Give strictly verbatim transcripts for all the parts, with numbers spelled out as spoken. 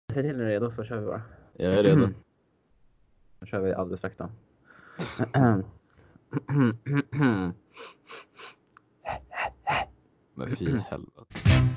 Säg till när du är redo så kör vi bara. Jag är redo. Då kör vi alldeles strax då. Men fy helvete.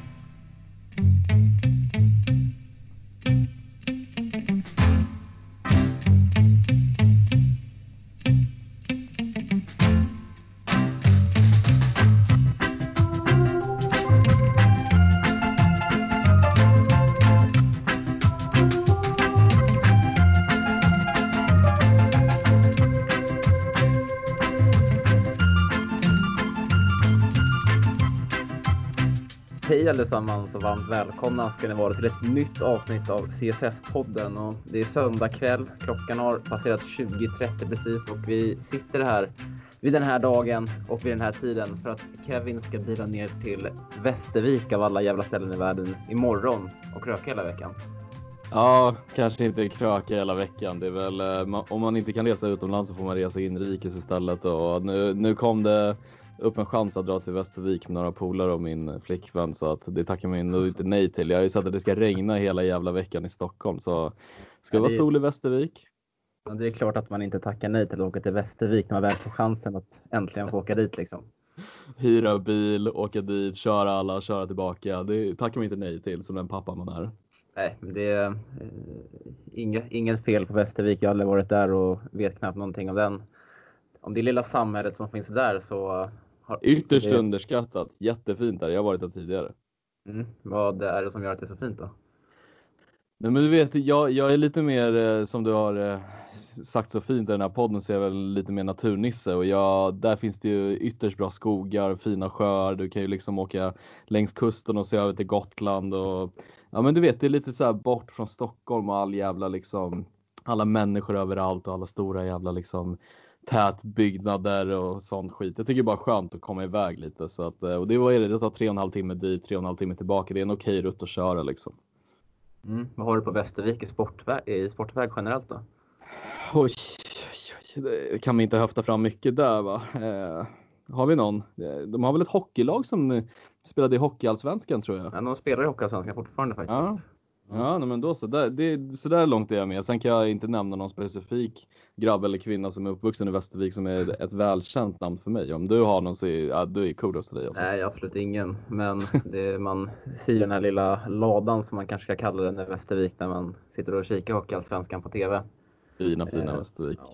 Hej allesammans och varmt välkomna ska ni vara till ett nytt avsnitt av C S S-podden. Och det är söndag kväll, klockan har passerat tjugo trettio precis och vi sitter här vid den här dagen och vid den här tiden för att Kevin ska bila ner till Västervik av alla jävla ställen i världen imorgon och kröka hela veckan. Ja, kanske inte kröka hela veckan. Det är väl, om man inte kan resa utomlands så får man resa inrikes istället. Och nu, nu kom det upp en chans att dra till Västervik med några polare och min flickvän, så att det tackar mig nog inte nej till. Jag har ju sagt att det ska regna hela jävla veckan i Stockholm, så ska det vara sol i Västervik. Ja, det är klart att man inte tackar nej till att åka till Västervik när man väl får chansen att äntligen få åka dit liksom. Hyra bil, åka dit, köra alla, köra tillbaka. Det tackar man inte nej till som den pappa man är. Nej, det är eh, inget, inget fel på Västervik. Jag har aldrig varit där och vet knappt någonting om den. Om det lilla samhället som finns där så... Har, Ytterst det... underskattat. Jättefint där. Jag har varit där tidigare. Mm. Vad är det som gör att det är så fint då? Nej, men du vet, jag, jag är lite mer, eh, som du har eh, sagt så fint i den här podden, så är jag väl lite mer naturnisse. Och jag, där finns det ju ytterst bra skogar, fina sjöar. Du kan ju liksom åka längs kusten och se över till Gotland. Och, ja, men du vet, det är lite så här bort från Stockholm och all jävla liksom, alla människor överallt och alla stora jävla liksom tätbyggnader och sånt skit. Jag tycker det är bara skönt att komma iväg lite. Så att, och det var det, det tar tre och en halv timme dit, tre och en halv timme tillbaka. Det är en okej rutt att köra liksom. Mm. Vad har du på Västervik i sportväg, i sportväg generellt då? Oj, oj, oj, kan vi inte höfta fram mycket där va? Eh, har vi någon? De har väl ett hockeylag som spelade i hockeyallsvenskan tror jag. Ja, de spelar i hockeyallsvenskan fortfarande faktiskt. Ja, ja nej, men då så. Där, det, så där långt är jag med. Sen kan jag inte nämna någon specifik grabb eller kvinna som är uppvuxen i Västervik som är ett välkänt namn för mig. Om du har någon så är ja, du är kudos till dig. Alltså. Nej, absolut ingen. Men det, man ser den här lilla ladan som man kanske ska kalla den i Västervik när man sitter och kikar hockeyallsvenskan på tv. Fina, fina eh, Västervik. Ja.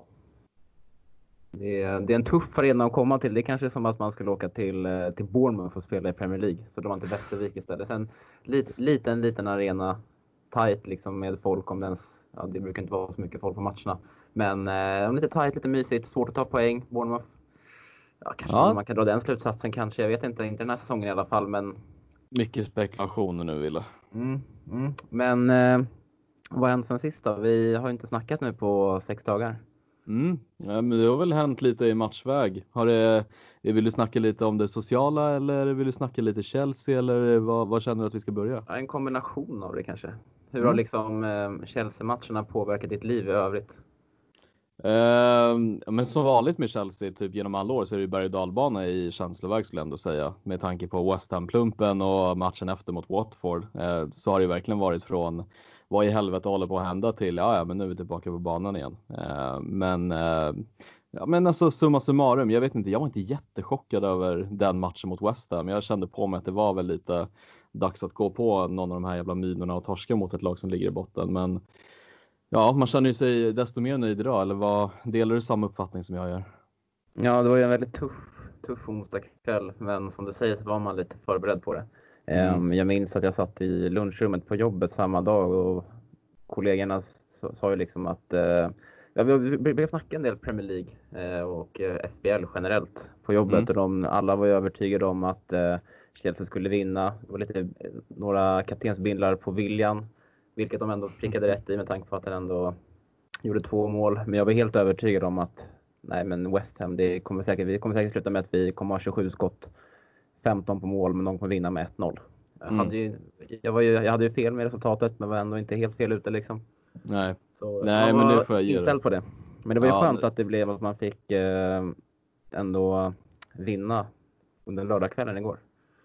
Det är, det är en tuff arena att komma till. Det är kanske som att man skulle åka till, till Bournemouth och spela i Premier League. Så då var man till Västervik istället. Sen lit, liten, liten arena. Tight liksom med folk om den. Ja, det brukar inte vara så mycket folk på matcherna. Men eh, lite tight, lite mysigt. Svårt att ta poäng. Bournemouth. Ja, kanske ja. Man kan dra den slutsatsen kanske. Jag vet inte, inte den här säsongen i alla fall. Men... Mycket spekulationer nu, Wille. Mm, mm. Men eh, vad har hänt sen sist då? Vi har inte snackat nu på sex dagar. Mm. Ja, men det har väl hänt lite i matchväg. Har det, vill du snacka lite om det sociala eller vill du snacka lite Chelsea eller vad, vad känner du att vi ska börja? Ja, en kombination av det kanske. Hur Mm. har liksom eh, Chelsea-matcherna påverkat ditt liv i övrigt? Uh, men som vanligt med Chelsea typ genom alla år så är det ju berg- och dalbana i känsloväg skulle jag ändå säga. Med tanke på West Ham-plumpen och matchen efter mot Watford uh, så har det verkligen varit från vad i helvete håller på att hända till ja, ja men nu är vi tillbaka på banan igen. Uh, men uh, ja, men alltså summa summarum, jag vet inte, jag var inte jättechockad över den matchen mot West Ham. Jag kände på mig att det var väl lite dags att gå på någon av de här jävla minorna och torska mot ett lag som ligger i botten, men ja, man känner ju sig desto mer nöjd idag, eller vad, delar du samma uppfattning som jag gör? Ja, det var ju en väldigt tuff, tuff onsdag kväll, men som du säger så var man lite förberedd på det. Mm. Um, jag minns att jag satt i lunchrummet på jobbet samma dag och kollegorna sa, sa ju liksom att uh, ja, vi började snacka en del Premier League uh, och uh, F B L generellt på jobbet. Mm. Och de, alla var ju övertygade om att uh, Chelsea skulle vinna. Det var lite några kaptensbindlar på Willian. Vilket de ändå prickade rätt i med tanke på att den ändå gjorde två mål. Men jag var helt övertygad om att nej, men West Ham, det kommer säkert, vi kommer säkert sluta med att vi kommer ha tjugosju skott, femton på mål, men de kommer vinna med ett noll. Jag, mm. hade ju, jag, var ju, jag hade ju fel med resultatet, men var ändå inte helt fel ute liksom. Nej, så nej men det får jag ge inställd på det. Men det var ju ja, skönt det... att det blev att man fick eh, ändå vinna under lördagskvällen igår.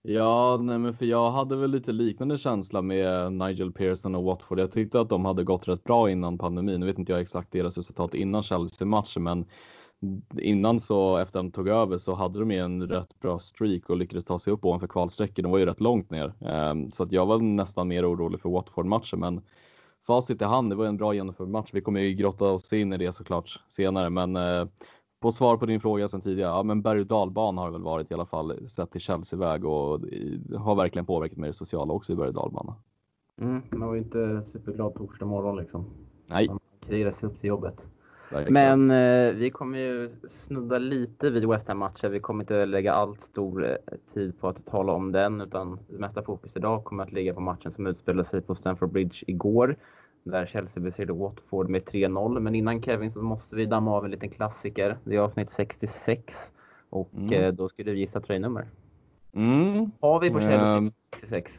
Ja, nej men för jag hade väl lite liknande känsla med Nigel Pearson och Watford. Jag tyckte att de hade gått rätt bra innan pandemin. Nu vet inte jag exakt deras resultat innan Chelsea-matchen, men innan så, efter de tog över, så hade de ju en rätt bra streak och lyckades ta sig upp ovanför kvalsträcket. De var ju rätt långt ner. Um, så att jag var nästan mer orolig för Watford-matchen, men facit i hand, det var en bra genomförd match. Vi kommer ju grotta oss in i det såklart senare, men uh, på svar på din fråga sen tidigare, ja men berg- och dalban har det väl varit i alla fall sett till Chelsea-väg och har verkligen påverkat med det sociala också i berg- och dalbana. Mm, man var ju inte superglad torsdag morgon liksom. Nej. Man krigade sig upp till jobbet. Verkligen. Men eh, vi kommer ju snudda lite vid West Ham-matchen. Vi kommer inte lägga allt stor eh, tid på att tala om den, utan det mesta fokus idag kommer att ligga på matchen som utspelade sig på Stamford Bridge igår, där Chelsea besegrade Watford med tre noll. Men innan Kevin så måste vi damma av en liten klassiker. Det är avsnitt sextiosex och mm. eh, då skulle du gissa tröjnummer. Mm. Har vi på Chelsea um, sextiosex?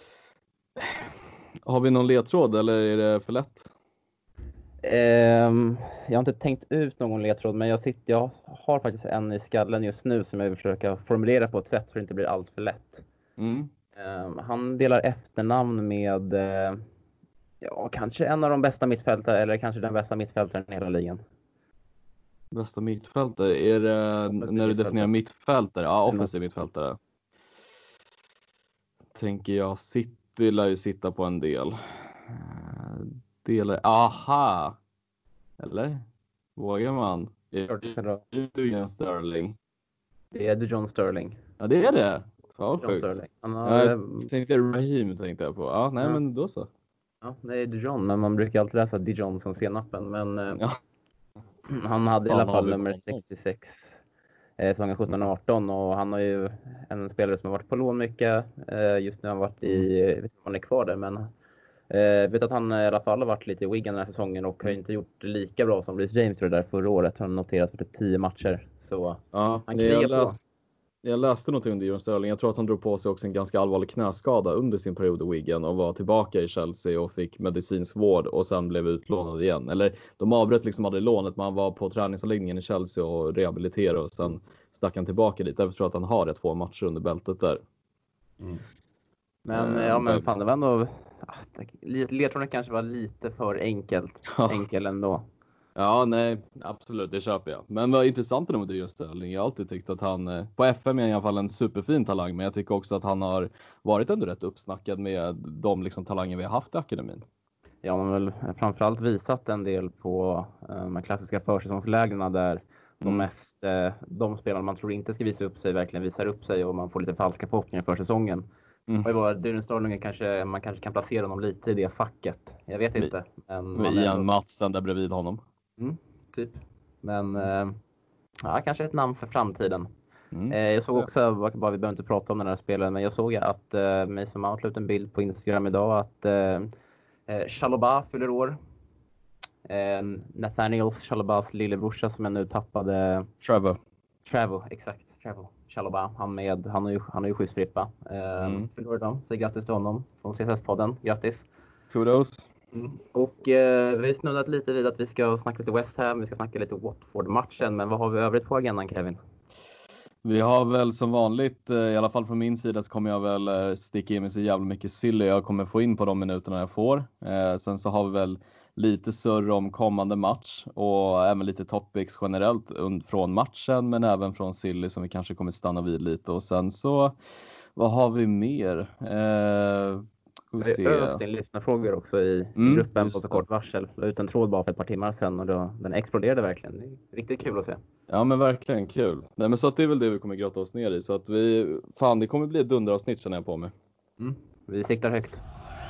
Har vi någon ledtråd eller är det för lätt? Um, jag har inte tänkt ut någon ledtråd, men jag, sitter, jag har faktiskt en i skallen just nu som jag vill försöka formulera på ett sätt så det inte blir allt för lätt. Mm. Um, han delar efternamn med uh, ja, kanske en av de bästa mittfältare, eller kanske den bästa mittfältaren i hela ligan. Bästa mittfältare? Är det offensiv när du definierar mittfältare? Ja, offensiv mittfältare. Tänker jag, City lär ju sitta på en del. Delar, aha! Eller? Vågar man? Är det John Sterling? Det är John Sterling. Ja, det är det. Ja, John Sterling. Han har, jag tänkte Raheem tänkte jag på. Ja, nej ja. Men då så. Ja, det är Dijon, men man brukar alltid läsa Dijon som senapen. Men ja. Han hade i alla fall nummer sextiosex eh, säsongen sjutton arton, och han har ju en spelare som har varit på lån mycket. Eh, just nu har han varit i, jag vet inte om han är kvar där, men jag eh, vet att han i alla fall har varit lite i Wigan den här säsongen och har inte gjort lika bra som Reece James för det där förra året. Han har noterat för tio matcher. Så ja, han krigar på. Läst, jag läste någonting under John Sterling. Jag tror att han drog på sig också en ganska allvarlig knäskada under sin period i Wigan och var tillbaka i Chelsea och fick medicinsk vård och sen blev utlånad igen. Eller de avbröt liksom aldrig lånet, man var på träningsanläggningen i Chelsea och rehabiliterade och sen stack han tillbaka dit. Därför tror jag att han har rätt få matcher under bältet där. Mm. Men mm, ja, men fan, det var ändå, ledtråden kanske var lite för enkelt, enkel ändå. Ja, nej, absolut, det köper jag. Men vad intressant är det med just Sterling. Jag har alltid tyckt att han, på F M är i alla fall en superfin talang, men jag tycker också att han har varit ändå rätt uppsnackad med de liksom talanger vi har haft i akademin. Ja, man har väl framförallt visat en del på de här klassiska försäsongslägena där mm. de mest, de spelare man tror inte ska visa upp sig verkligen visar upp sig och man får lite falska förhoppningar för säsongen. Mm. Och var Dylan Sterling kanske, man kanske kan placera honom lite i det facket. Jag vet vi, inte. Men med Ian ändå... Matsen där bredvid honom. Mm, typ. Men eh, ja, kanske ett namn för framtiden. Mm. Eh, jag såg också, bara vi behöver inte prata om den här spelaren, men jag såg att eh, Mason Mount la ut en bild på Instagram idag att eh, Chalobah fyller år. Eh, Nathaniel Chalobahs lillebrorsa som jag nu tappade. Trevor. Trevor, exakt. Trevor. Chalobah, han, med, han har ju, han har ju skyddsfrippa. Eh, mm. Fyller idag, så grattis till honom från C S S-podden. Grattis. Kudos. Mm. Och eh, vi har snuddat lite vid att vi ska snacka lite West Ham, vi ska snacka lite Watford-matchen, men vad har vi övrigt på agendan, Kevin? Vi har väl som vanligt, i alla fall från min sida, så kommer jag väl sticka in mig så jävla mycket Silly jag kommer få in på de minuterna jag får. Eh, sen så har vi väl lite surr om kommande match och även lite topics generellt från matchen, men även från Silly som vi kanske kommer stanna vid lite. Och sen så, vad har vi mer? Eh, Vi har öst in lyssnarfrågor också i mm, gruppen på så kort varsel. Jag la ut en tråd bara för ett par timmar sedan och då, den exploderade verkligen. Det är riktigt kul att se. Ja, men verkligen kul. Nej, men så att det är väl det vi kommer grotta oss ner i. Så att vi, fan, det kommer bli ett dunderavsnitt känner jag på mig. Mm, vi siktar högt.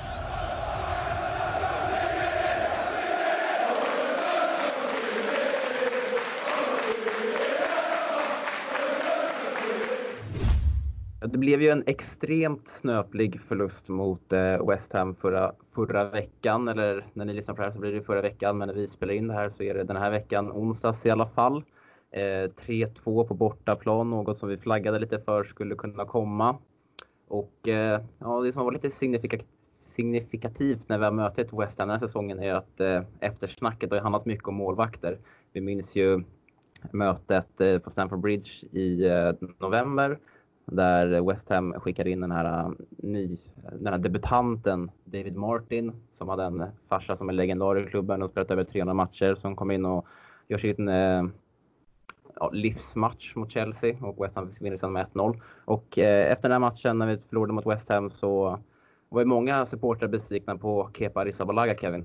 Det blev ju en extremt snöplig förlust mot eh, West Ham förra, förra veckan. Eller när ni lyssnar på det här så blir det förra veckan. Men när vi spelar in det här så är det den här veckan, onsdags i alla fall. Eh, tre två på bortaplan, något som vi flaggade lite för skulle kunna komma. Och eh, ja, det som var lite signifika- signifikativt när vi har mötet West Ham den här säsongen är att eh, eftersnacket har handlat mycket om målvakter. Vi minns ju mötet eh, på Stamford Bridge i eh, november. där West Ham skickade in den här, ny, den här debutanten David Martin som hade en farsa som är legendar i klubben och spelat över trehundra matcher, som kom in och gör sin eh, ja, livsmatch mot Chelsea, och West Ham vinner sedan med ett noll. Och eh, efter den här matchen när vi förlorade mot West Ham så var ju många supportrar besvikna på Kepa Arrizabalaga, Kevin.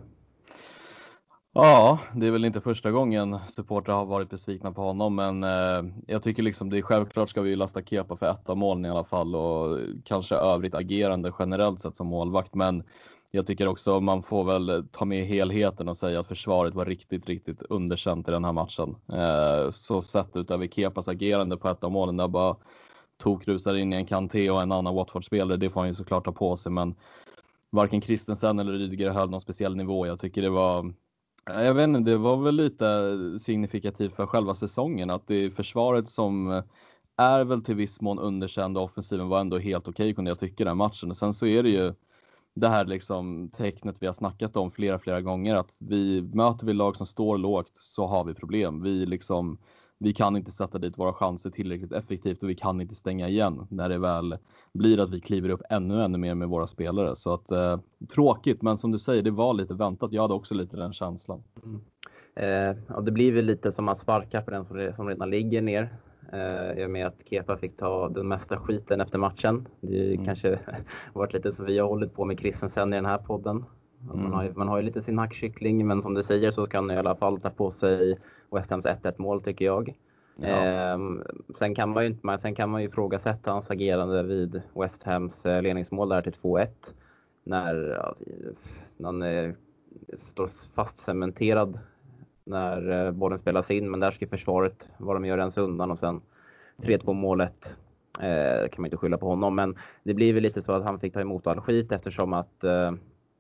Ja, det är väl inte första gången supportrar har varit besvikna på honom, men eh, jag tycker liksom det är självklart ska vi lasta Kepa för ett av målen i alla fall, och kanske övrigt agerande generellt sett som målvakt, men jag tycker också man får väl ta med helheten och säga att försvaret var riktigt, riktigt underkänt i den här matchen. Eh, så sett utöver Kepas agerande på ett av målen där bara tokrusar in i en Kanté och en annan Watford-spelare, det får han ju såklart ta på sig, men varken Christensen eller Rydiger höll någon speciell nivå. Jag tycker det var, jag vet inte, det var väl lite signifikativt för själva säsongen att det är försvaret som är väl till viss mån underkänd och offensiven var ändå helt okej, kunde jag tycka, den matchen. Och sen så är det ju det här liksom tecknet vi har snackat om flera, flera gånger, att vi möter vi lag som står lågt så har vi problem. Vi liksom, vi kan inte sätta dit våra chanser tillräckligt effektivt och vi kan inte stänga igen när det väl blir att vi kliver upp ännu, ännu mer med våra spelare. Så att eh, tråkigt, men som du säger, det var lite väntat. Jag hade också lite den känslan. Mm. Eh, ja, det blir väl lite som att sparka på den som, som redan ligger ner. Eh, I och med att Kepa fick ta den mesta skiten efter matchen. Det mm. kanske varit lite som vi har hållit på med Christensen i den här podden. Mm. Man, har ju, man har ju lite sin hackkyckling, men som du säger så kan i alla fall ta på sig West Hams ett ett mål, tycker jag. Ja. Eh, sen, kan man ju inte, sen kan man ju ifrågasätta hans agerande vid West Hams eh, ledningsmål där till två ett. När alltså, han eh, står fast cementerad när eh, bollen spelas in, men där ska försvaret vad de gör ens undan, och sen tre två målet eh, kan man inte skylla på honom, men det blir väl lite så att han fick ta emot all skit eftersom att eh,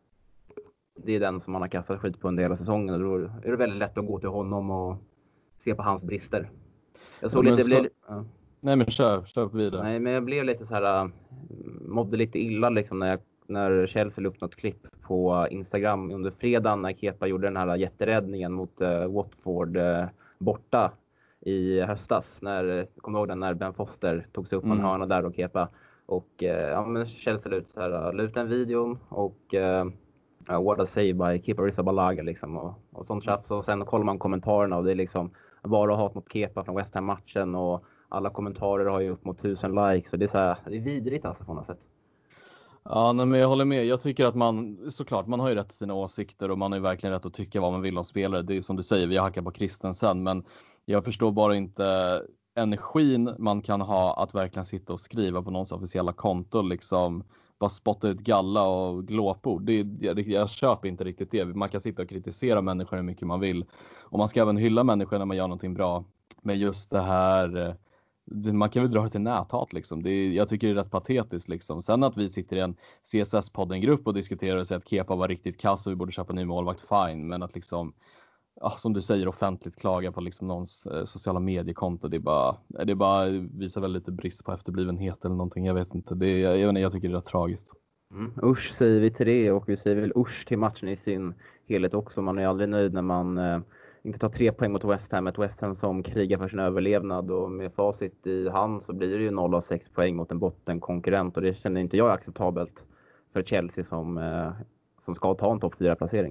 det är den som man har kastat skit på en del av säsongen, och då är det väldigt lätt att gå till honom och se på hans brister. Jag såg ja, lite... Så... Blev... Ja. Nej men kör, kör vidare. Nej, men jag blev lite så här, mådde lite illa liksom när jag när Chelsea la upp något klipp på Instagram under fredagen när Kepa gjorde den här jätteräddningen mot uh, Watford uh, borta i höstas. När, kommer ihåg den när Ben Foster tog sig upp på en mm. hörna där och Kepa. Och uh, ja, men Chelsea la ut, så här, la ut en video och uh, uh, what a save by Kepa Arrizabalaga liksom, och, och sånt tjafs. Och sen kollar man kommentarerna och det är liksom bara hat mot Kepa från West Ham-matchen, och alla kommentarer har ju upp mot tusen likes, så det är, så här, det är vidrigt alltså på något sätt. Ja, nej, men jag håller med. Jag tycker att man, såklart, man har ju rätt till sina åsikter och man har ju verkligen rätt att tycka vad man vill om spelare. Det är som du säger, vi hackar på Christensen, men jag förstår bara inte energin man kan ha att verkligen sitta och skriva på någons officiella konto, liksom bara spotta ut galla och glåpord. Det, jag, jag köper inte riktigt det. Man kan sitta och kritisera människor hur mycket man vill, och man ska även hylla människor när man gör någonting bra. Men just det här, man kan väl dra det till näthat liksom. Det är, jag tycker det är rätt patetiskt liksom. Sen att vi sitter i en C S S-podden-grupp och diskuterar och säger att Kepa var riktigt kass och vi borde köpa en ny målvakt, fine. Men att liksom, ja, som du säger, offentligt klaga på liksom någons eh, sociala mediekonto, det är bara, det är bara visar väl lite brist på efterblivenhet eller någonting. Jag vet inte. Det är, jag, jag, jag tycker det är rätt tragiskt. Mm. Usch säger vi till det, och vi säger väl usch till matchen i sin helhet också. Man är aldrig nöjd när man eh, inte tar tre poäng mot West Ham. Ett West Ham som krigar för sin överlevnad, och med facit i hand så blir det ju noll av sex poäng mot en bottenkonkurrent, och det känner inte jag är acceptabelt för Chelsea som, eh, som ska ta en topp fyra placering.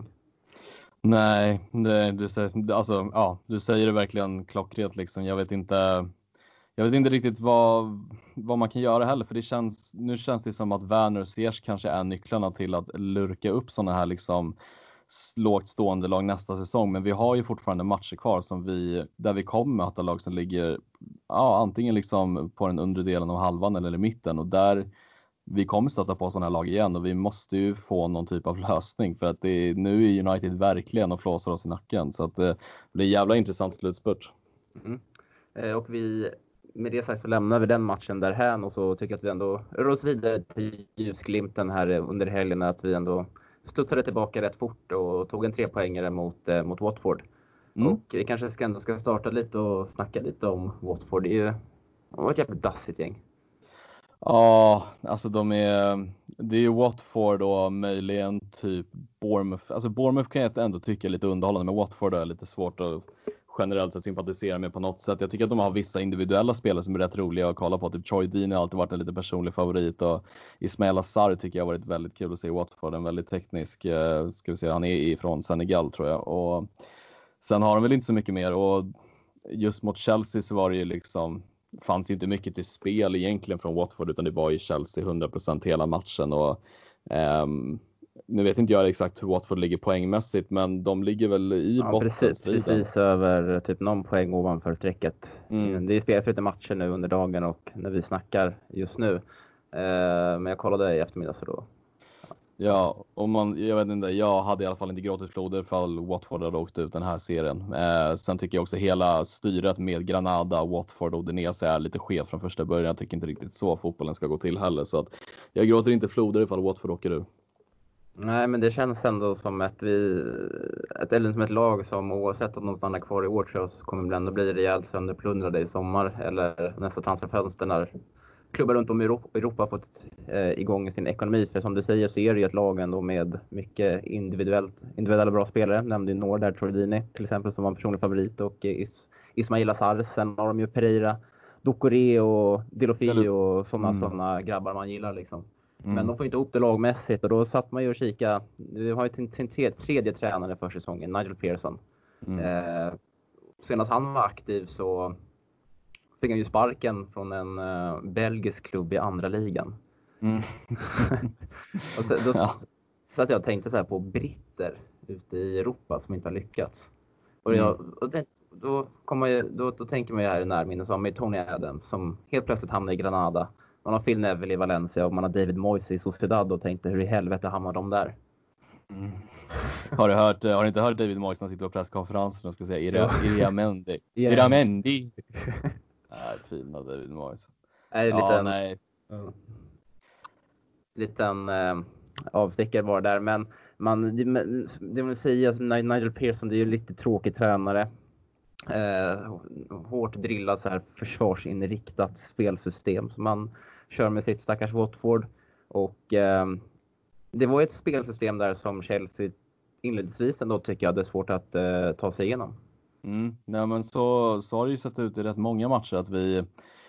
Nej, det, du, säger, alltså, ja, du säger det verkligen klockrent liksom. Jag vet inte, jag vet inte riktigt vad, vad man kan göra heller, för det känns, nu känns det som att Werner och Ziyech kanske är nycklarna till att lurka upp sådana här liksom lågt stående lag nästa säsong. Men vi har ju fortfarande matcher kvar som vi, där vi kommer möta lag som ligger ja, antingen liksom på den undre delen av halvan eller i mitten, och där vi kommer stöta på sådana här lag igen, och vi måste ju få någon typ av lösning, för att det är, nu är United verkligen och flåsar oss i nacken, så att det blir jävla intressant slutspurt. Mm. Eh, och vi, med det sagt så lämnar vi den matchen därhän, och så tycker jag att vi ändå rör oss vidare till ljusglimten här under helgen, att vi ändå studsade tillbaka rätt fort och tog en trepoängare mot, eh, mot Watford. Mm. Och vi kanske ska, ändå ska starta lite och snacka lite om Watford. Det är ju det var ett jävligt dassigt gäng. Ja, alltså de är, det är ju Watford och möjligen typ Bournemouth. Alltså Bournemouth kan jag ändå tycka är lite underhållande, men Watford är lite svårt att generellt sett sympatiserar med på något sätt. Jag tycker att de har vissa individuella spelare som är rätt roliga att kolla på. Typ Troy Deeney har alltid varit en lite personlig favorit och Ismail Assar tycker jag har varit väldigt kul att se i Watford. En väldigt teknisk, eh, ska vi säga, han är ifrån Senegal tror jag. Och sen har de väl inte så mycket mer, och just mot Chelsea så var det ju liksom, fanns ju inte mycket till spel egentligen från Watford, utan det var ju Chelsea hundra procent hela matchen. Och ehm, nu vet inte jag exakt hur Watford ligger poängmässigt, men de ligger väl i ja, precis, precis över typ någon poäng ovanför strecket. Mm. Det är spelat lite matcher nu under dagen och när vi snackar just nu. Eh, men jag kollade i eftermiddag så då. Ja, och man, jag vet inte, jag hade i alla fall inte gråtit floder för Watford hade åkt ut den här serien. Eh, sen tycker jag också hela styret med Granada, Watford och Udinese är lite skevt från första början. Jag tycker inte riktigt så fotbollen ska gå till heller. Så att jag gråter inte floder ifall Watford åker ur. Nej, men det känns ändå som att vi, ett, eller som ett lag som oavsett om de stannar kvar i år tror jag, så kommer det ändå bli rejält sönderplundrade i sommar eller nästa transferfönster när klubbar runt om i Europa har fått eh, igång sin ekonomi. För som du säger så är det ju ett lag ändå med mycket individuellt, individuella bra spelare. Nämnde ju Nord där, Troy Deeney till exempel som var en personlig favorit, och Is- Ismail Assar. Sen har de ju Pereira, Doucouré och Deulofeu och sådana mm. såna grabbar man gillar liksom. Mm. Men de får inte ihop det lagmässigt, och då satt man ju och kika. Vi har ju sin, sin tredje, tredje tränare för säsongen, Nigel Pearson. Mm. Eh, senast han var aktiv så fick han ju sparken från en uh, belgisk klubb i andra ligan. Mm. och så, då, ja. så att jag tänkte så här på britter ute i Europa som inte har lyckats. Och, jag, mm. och det, då, kommer jag, då, då tänker man ju här i närminne så har man Tony Adams som helt plötsligt hamnar i Granada. Man har Phil Neville i Valencia och man har David Moyes i Sociedad, och tänkte hur i helvete hamnar de där? Mm. Har du hört, har du inte hört David Moyes när han sitter på presskonferensen och ska säga Ira, Iriamendi? Iriamendi! Nej, fina David Moyes. Nej, ja, liten, nej. Uh, liten uh, avstickare var där, men man, det, det vill säga alltså, Nigel Pearson, det är ju lite tråkig tränare. Uh, hårt drillat så här försvarsinriktat spelsystem som man kör med sitt stackars Watford, och uh, det var ett spelsystem där som Chelsea inledningsvis ändå tycker jag hade svårt att uh, ta sig igenom. Mm. Nej, men så, så har det ju sett ut i rätt många matcher att vi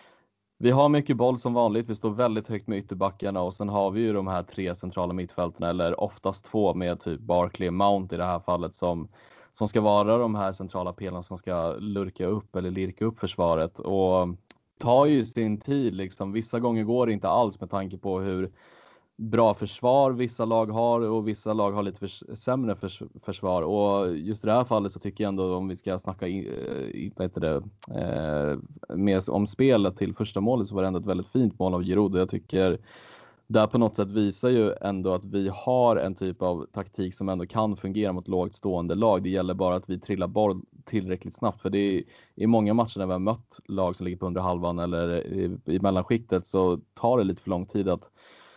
vi har mycket boll som vanligt. Vi står väldigt högt med ytterbackarna, och sen har vi ju de här tre centrala mittfälterna, eller oftast två med typ Barkley, Mount i det här fallet, som som ska vara de här centrala pelarna som ska lurka upp eller lirka upp försvaret, och tar ju sin tid liksom. Vissa gånger går det inte alls med tanke på hur bra försvar vissa lag har, och vissa lag har lite för, sämre förs, försvar. Och just i det här fallet så tycker jag ändå, om vi ska snacka i, i, vad heter det, eh, med, om spelet till första målet, så var det ändå ett väldigt fint mål av Giroud. Jag tycker där på något sätt visar ju ändå att vi har en typ av taktik som ändå kan fungera mot lågt stående lag. Det gäller bara att vi trillar boll tillräckligt snabbt. För det är i många matcher när vi har mött lag som ligger på under halvan eller i, i mellanskiktet, så tar det lite för lång tid att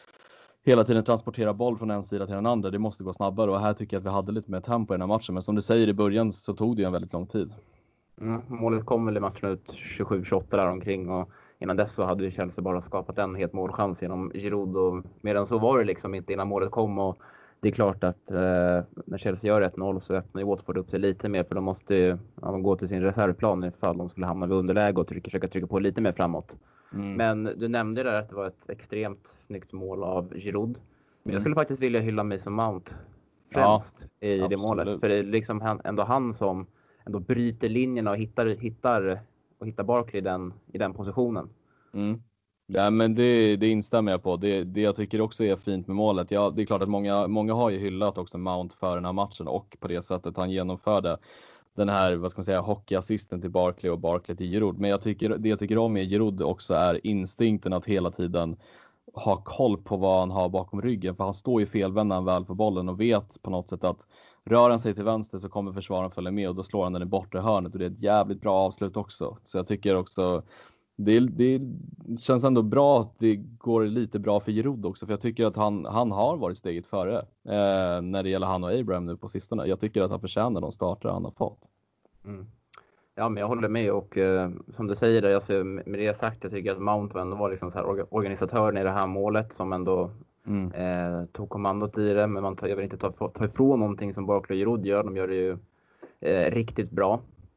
hela tiden transportera boll från en sida till den andra. Det måste gå snabbare, och här tycker jag att vi hade lite mer tempo i den här matchen. Men som du säger i början så tog det en väldigt lång tid. Mm, målet kom väl i matchen ut tjugosju tjugoåtta där omkring, och innan dess så hade ju Chelsea bara skapat en helt målchans genom Giroud, och medan så var det liksom inte innan målet kom. Och det är klart att eh, när Chelsea gör ett noll så öppnar ju Watford upp sig lite mer, för de måste ju ja, gå till sin reservplan ifall de skulle hamna vid underläge och trycka, försöka trycka på lite mer framåt. Mm. Men du nämnde där att det var ett extremt snyggt mål av Giroud. Men mm. jag skulle faktiskt vilja hylla Mason Mount främst ja, i absolut. det målet. För det är liksom han, ändå han som ändå bryter linjerna och hittar, hittar, och hittar Barkley den, i den positionen. Mm. Ja, men det, det instämmer jag på. Det, det jag tycker också är fint med målet. Ja, det är klart att många, många har ju hyllat också Mount för den här matchen, och på det sättet han genomförde den här, vad ska man säga, hockeyassisten till Barkley och Barkley till Giroud. Men jag tycker, det jag tycker om med Giroud också är instinkten att hela tiden ha koll på vad han har bakom ryggen. För han står ju felvänd när han väl får bollen, och vet på något sätt att rör han sig till vänster så kommer försvararen följa med, och då slår han den i bortre hörnet, och det är ett jävligt bra avslut också. Så jag tycker också det, det känns ändå bra att det går lite bra för Giroud också, för jag tycker att han, han har varit steget före eh, när det gäller han och Abraham nu på sistone. Jag tycker att han förtjänar de starter han har fått. Mm. Ja, men jag håller med, och eh, som du säger där, alltså, med det sagt, jag tycker att Mount ändå var liksom så här organisatören i det här målet som ändå mm. eh, tog kommandot i det, men man tar, jag vill inte ta, ta ifrån någonting som Barkley och Giroud gör. De gör det ju eh, riktigt bra.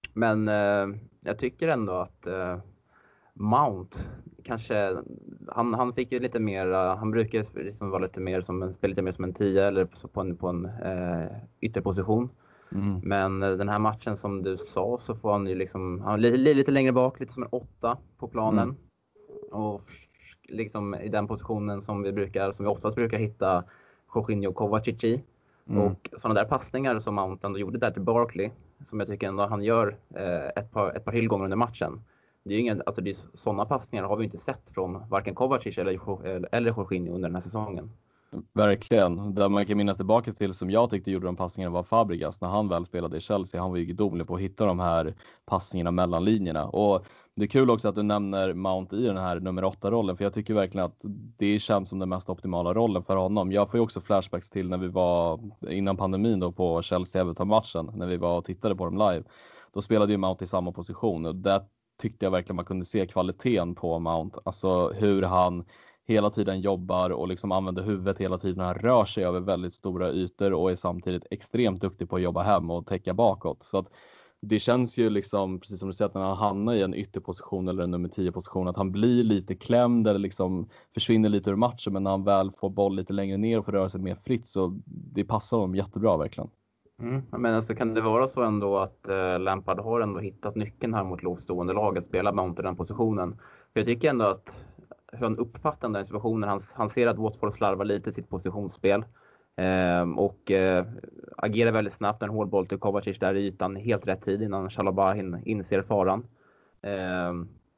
men eh, jag tycker ändå att eh, Mount kanske, han, han fick ju lite mer, han brukar liksom vara lite mer som en, spela lite mer som en tia eller på en, på en eh, ytterposition. Mm. Men eh, den här matchen som du sa så får han ju liksom, han är lite, lite längre bak, lite som en åtta på planen. Mm. Och liksom i den positionen som vi brukar, som vi oftast brukar hitta Jorginho och Kovacic i. Mm. Och sådana där passningar som Mount ändå gjorde där till Barkley, som jag tycker ändå han gör eh, ett par, ett par tillgångar under matchen. Det är ju ingen, alltså det är, sådana passningar har vi inte sett från varken Kovacic eller, eller Jorginho under den här säsongen. Verkligen. Där man kan minnas tillbaka till som jag tyckte gjorde de passningarna var Fabregas när han väl spelade i Chelsea. Han var ju gudomlig på att hitta de här passningarna mellan linjerna. Och det är kul också att du nämner Mount i den här nummer åtta-rollen. För jag tycker verkligen att det känns som den mest optimala rollen för honom. Jag får ju också flashbacks till när vi var innan pandemin då på Chelsea-Everton-matchen. När vi var och tittade på dem live. Då spelade ju Mount i samma position. Och där tyckte jag verkligen man kunde se kvaliteten på Mount. Alltså hur han hela tiden jobbar och liksom använder huvudet hela tiden. Han rör sig över väldigt stora ytor och är samtidigt extremt duktig på att jobba hem och täcka bakåt. Så att det känns ju liksom, precis som du säger, att när han hamnar i en ytterposition eller en nummer tio-position, att han blir lite klämd eller liksom försvinner lite ur matchen. Men när han väl får boll lite längre ner och får röra sig mer fritt, så det passar honom jättebra verkligen. Mm. Men alltså, kan det vara så ändå att uh, Lampard har ändå hittat nyckeln här mot lågstående lag att spela Mount i den positionen? För jag tycker ändå att hur han uppfattar den situationen, han, han ser att Watford slarvar lite i sitt positionsspel eh, och eh, agerar väldigt snabbt, en hård boll till Kovacic där i ytan helt rätt tid innan Chalobah in, inser faran. Eh,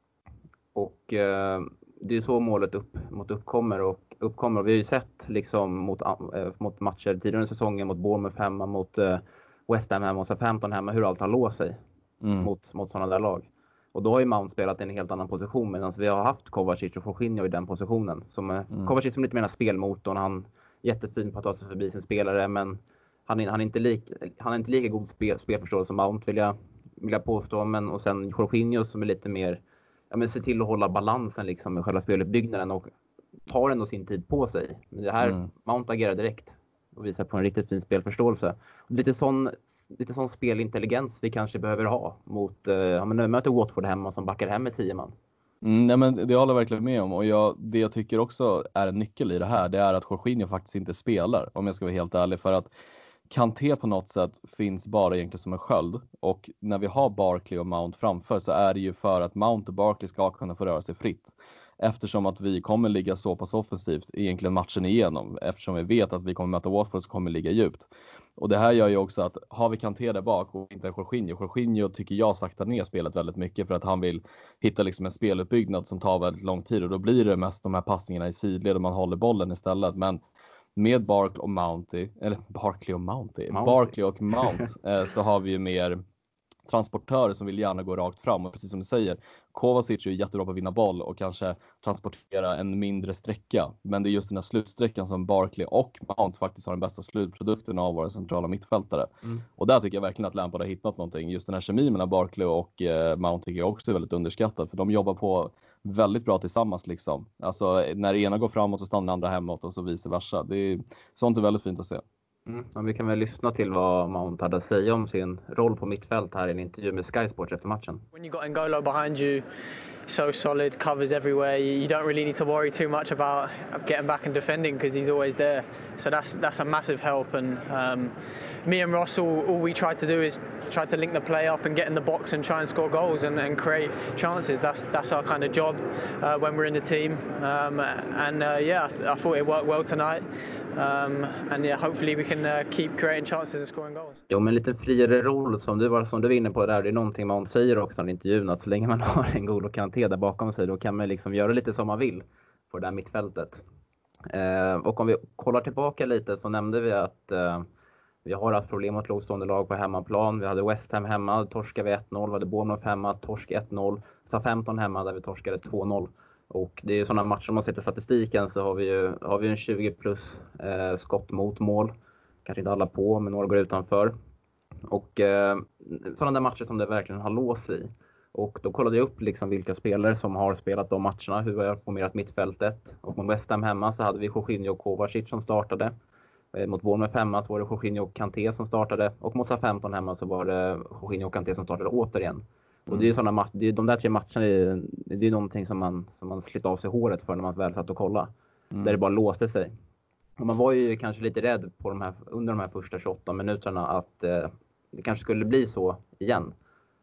och eh, det är så målet upp mot uppkommer och uppkommer. Och vi har ju sett liksom mot, äh, mot matcher tidigare under säsongen, mot Bournemouth hemma, mot äh, West Ham hemma och Southampton hemma, hur allt har låst sig mm. mot, mot sådana där lag. Och då har ju Mount spelat i en helt annan position, medan vi har haft Kovacic och Jorginho i den positionen. Som, mm. Kovacic som lite mer spelmotorn, han är jättefin på att ta sig förbi sin spelare, men han är, han är, inte, lik, han är inte lika god spel, spelförståelse som Mount vill jag, vill jag påstå. Men, och sen Jorginho som är lite mer, ja, men ser till att hålla balansen liksom med själva speluppbyggnaden och tar ändå sin tid på sig. Men det här, mm. Mount agerar direkt och visar på en riktigt fin spelförståelse. Och lite sån lite sån spelintelligens vi kanske behöver ha mot, eh, ja, men nu möter Watford hemma som backar hem med tio man. Mm, nej, men det håller jag verkligen med om. Och jag, det jag tycker också är en nyckel i det här, det är att Jorginho faktiskt inte spelar, om jag ska vara helt ärlig. För att Kanté på något sätt finns bara egentligen som en sköld. Och när vi har Barkley och Mount framför, så är det ju för att Mount och Barkley ska kunna få röra sig fritt. Eftersom att vi kommer ligga så pass offensivt egentligen matchen igenom. Eftersom vi vet att vi kommer möta Watford, så kommer ligga djupt. Och det här gör ju också att har vi Kanté där bak och inte Jorginho. Jorginho tycker jag saktar ner spelet väldigt mycket, för att han vill hitta liksom en speluppbyggnad som tar väldigt lång tid. Och då blir det mest de här passningarna i sidled och man håller bollen istället. Men med Barkley och Mounty, eller Barkley och Mounty, Mounty. Barkley och Mount eh, så har vi ju mer transportörer som vill gärna gå rakt fram. Och precis som du säger, Kovacic är ju jättebra på att vinna boll och kanske transportera en mindre sträcka. Men det är just den här slutsträckan som Barkley och Mount faktiskt har den bästa slutprodukten av våra centrala mittfältare. Mm. Och där tycker jag verkligen att Lampard har hittat någonting. Just den här kemin mellan Barkley och eh, Mount tycker jag också är väldigt underskattad. För de jobbar på väldigt bra tillsammans liksom. Alltså när ena går framåt så stannar andra hemåt och så vice versa. Det är, sånt är väldigt fint att se. Mm. Ja, vi kan väl lyssna till vad Mount hade att säga om sin roll på mittfält här i en intervju med Sky Sports efter matchen. When you got N'Golo behind you, so solid, covers everywhere, you don't really need to worry too much about getting back and defending because he's always there. So that's that's a massive help. And um, me and Ross, all, all we try to do is try to link the play up and get in the box and try and score goals and, and create chances. That's that's our kind of job uh, when we're in the team. Um, and uh, yeah, I, th- I thought it worked well tonight. Um, and yeah, hopefully we can uh, keep creating chances and scoring goals. Jo, men lite friare roll som du var som du var inne på där, det är någonting man säger också i intervjun, att så länge man har en god och Kanté där bakom sig, då kan man liksom göra lite som man vill på det där mittfältet. Eh, och om vi kollar tillbaka lite så nämnde vi att eh, vi har haft problem mot lågstående lag på hemmaplan. Vi hade West Ham hemma, torskade vi ett noll, vi hade Bournemouth hemma, torsk ett noll, Southampton hemma där vi torskade två noll. Och det är ju sådana matcher, om man ser till statistiken så har vi ju har vi en tjugo plus eh, skott mot mål. Kanske inte alla på, men några går utanför. Och eh, sådana där matcher som det verkligen har låst i. Och då kollade jag upp liksom vilka spelare som har spelat de matcherna, hur vi har formerat mittfältet. Och mot West Ham hemma så hade vi Jorginho och Kovacic som startade. Mot Bournemouth hemma så var det Jorginho och Kanté som startade. Och mot femton hemma så var det Jorginho och Kanté som startade återigen. Mm. Och det är sådana matcher, det är, de där tre matcherna, det är, det är någonting som man, som man slitt av sig håret för när man väl satt och kolla. Mm. Där det bara låste sig. Och man var ju kanske lite rädd på de här, under de här första tjugoåtta minuterna att eh, det kanske skulle bli så igen.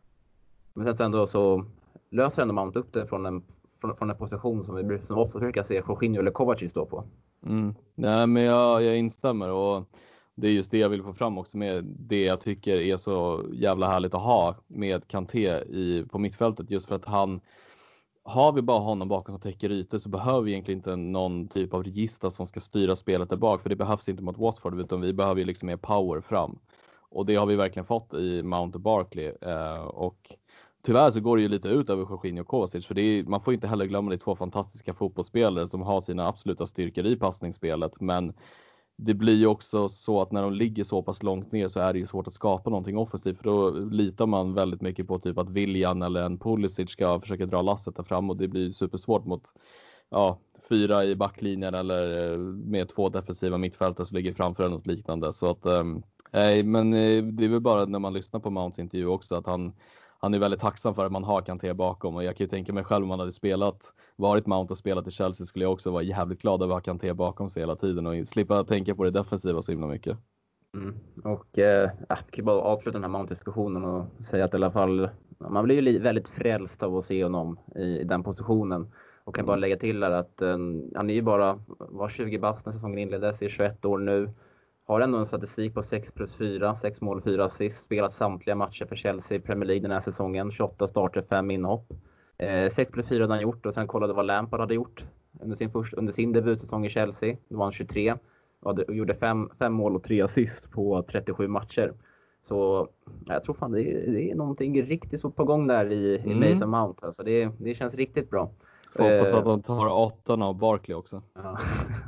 Men sen ändå så löser ändå Mount upp det från en, från, från en position som vi som ofta brukar se Jorginho eller Kovacic stå på. Mm. Nej, men jag, jag instämmer, och det är just det jag vill få fram också med det jag tycker är så jävla härligt att ha med Kanté i, på mittfältet, just för att han, har vi bara honom bakom som täcker ytor så behöver vi egentligen inte någon typ av register som ska styra spelet där bak, för det behövs inte mot Watford, utan vi behöver ju liksom mer power fram, och det har vi verkligen fått i Mount och Barkley, eh, och tyvärr så går det ju lite ut över Jorginho och Kovacic, för det är, man får inte heller glömma de två fantastiska fotbollsspelare som har sina absoluta styrkor i passningsspelet, men det blir ju också så att när de ligger så pass långt ner så är det ju svårt att skapa någonting offensivt, för då litar man väldigt mycket på typ att Willian eller en Pulisic ska försöka dra lasset där fram, och det blir supersvårt mot ja, fyra i backlinjen eller med två defensiva mittfältare som ligger framför eller något liknande. Så att, nej, men det är väl bara när man lyssnar på Mounts intervju också att han Han är väldigt tacksam för att man har Kanté bakom, och jag kan ju tänka mig själv om man hade spelat, varit Mount och spelat i Chelsea, skulle jag också vara jävligt glad över att ha Kanté bakom sig hela tiden och slippa tänka på det defensiva så himla mycket. Mm. Och eh, jag kan bara avsluta den här Mount-diskussionen och säga att i alla fall man blir ju väldigt frälst av att se honom i, i den positionen, och kan mm. bara lägga till där att eh, han är ju bara var tjugo bast när säsongen inleddes, är tjugoett år nu. Har ändå en statistik på sex plus fyra, sex mål, fyra assist. Spelat samtliga matcher för Chelsea i Premier League den här säsongen. tjugoåtta starter, fem inhopp. Eh, sex plus fyra hade han gjort, och sen kollade vad Lampard hade gjort under sin, först, under sin debutsäsong i Chelsea. Då var han tjugotre och gjorde fem, fem mål och tre assist på trettiosju matcher. Så jag tror fan det är, det är någonting riktigt så på gång där i, mm. i Mason Mount. Alltså det, det känns riktigt bra. Jag hoppas att de tar åttan av Barkley också. Ja.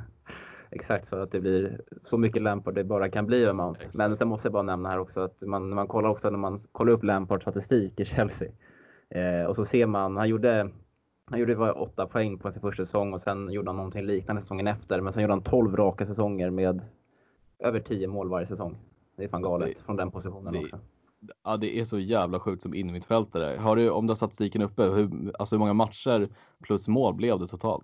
Exakt, så att det blir så mycket Lampard det bara kan bli över Mount. Exakt. Men sen måste jag bara nämna här också att man, när man kollar också när man kollar upp Lampard statistik i Chelsea. Eh, och så ser man, han gjorde, han gjorde var åtta poäng på sin första säsong, och sen gjorde han någonting liknande säsongen efter. Men sen gjorde han tolv raka säsonger med över tio mål varje säsong. Det är fan galet det, från den positionen det, också. Ja, det är så jävla sjukt som innermittfältare. Har du, om du har statistiken uppe, hur, alltså hur många matcher plus mål blev det totalt?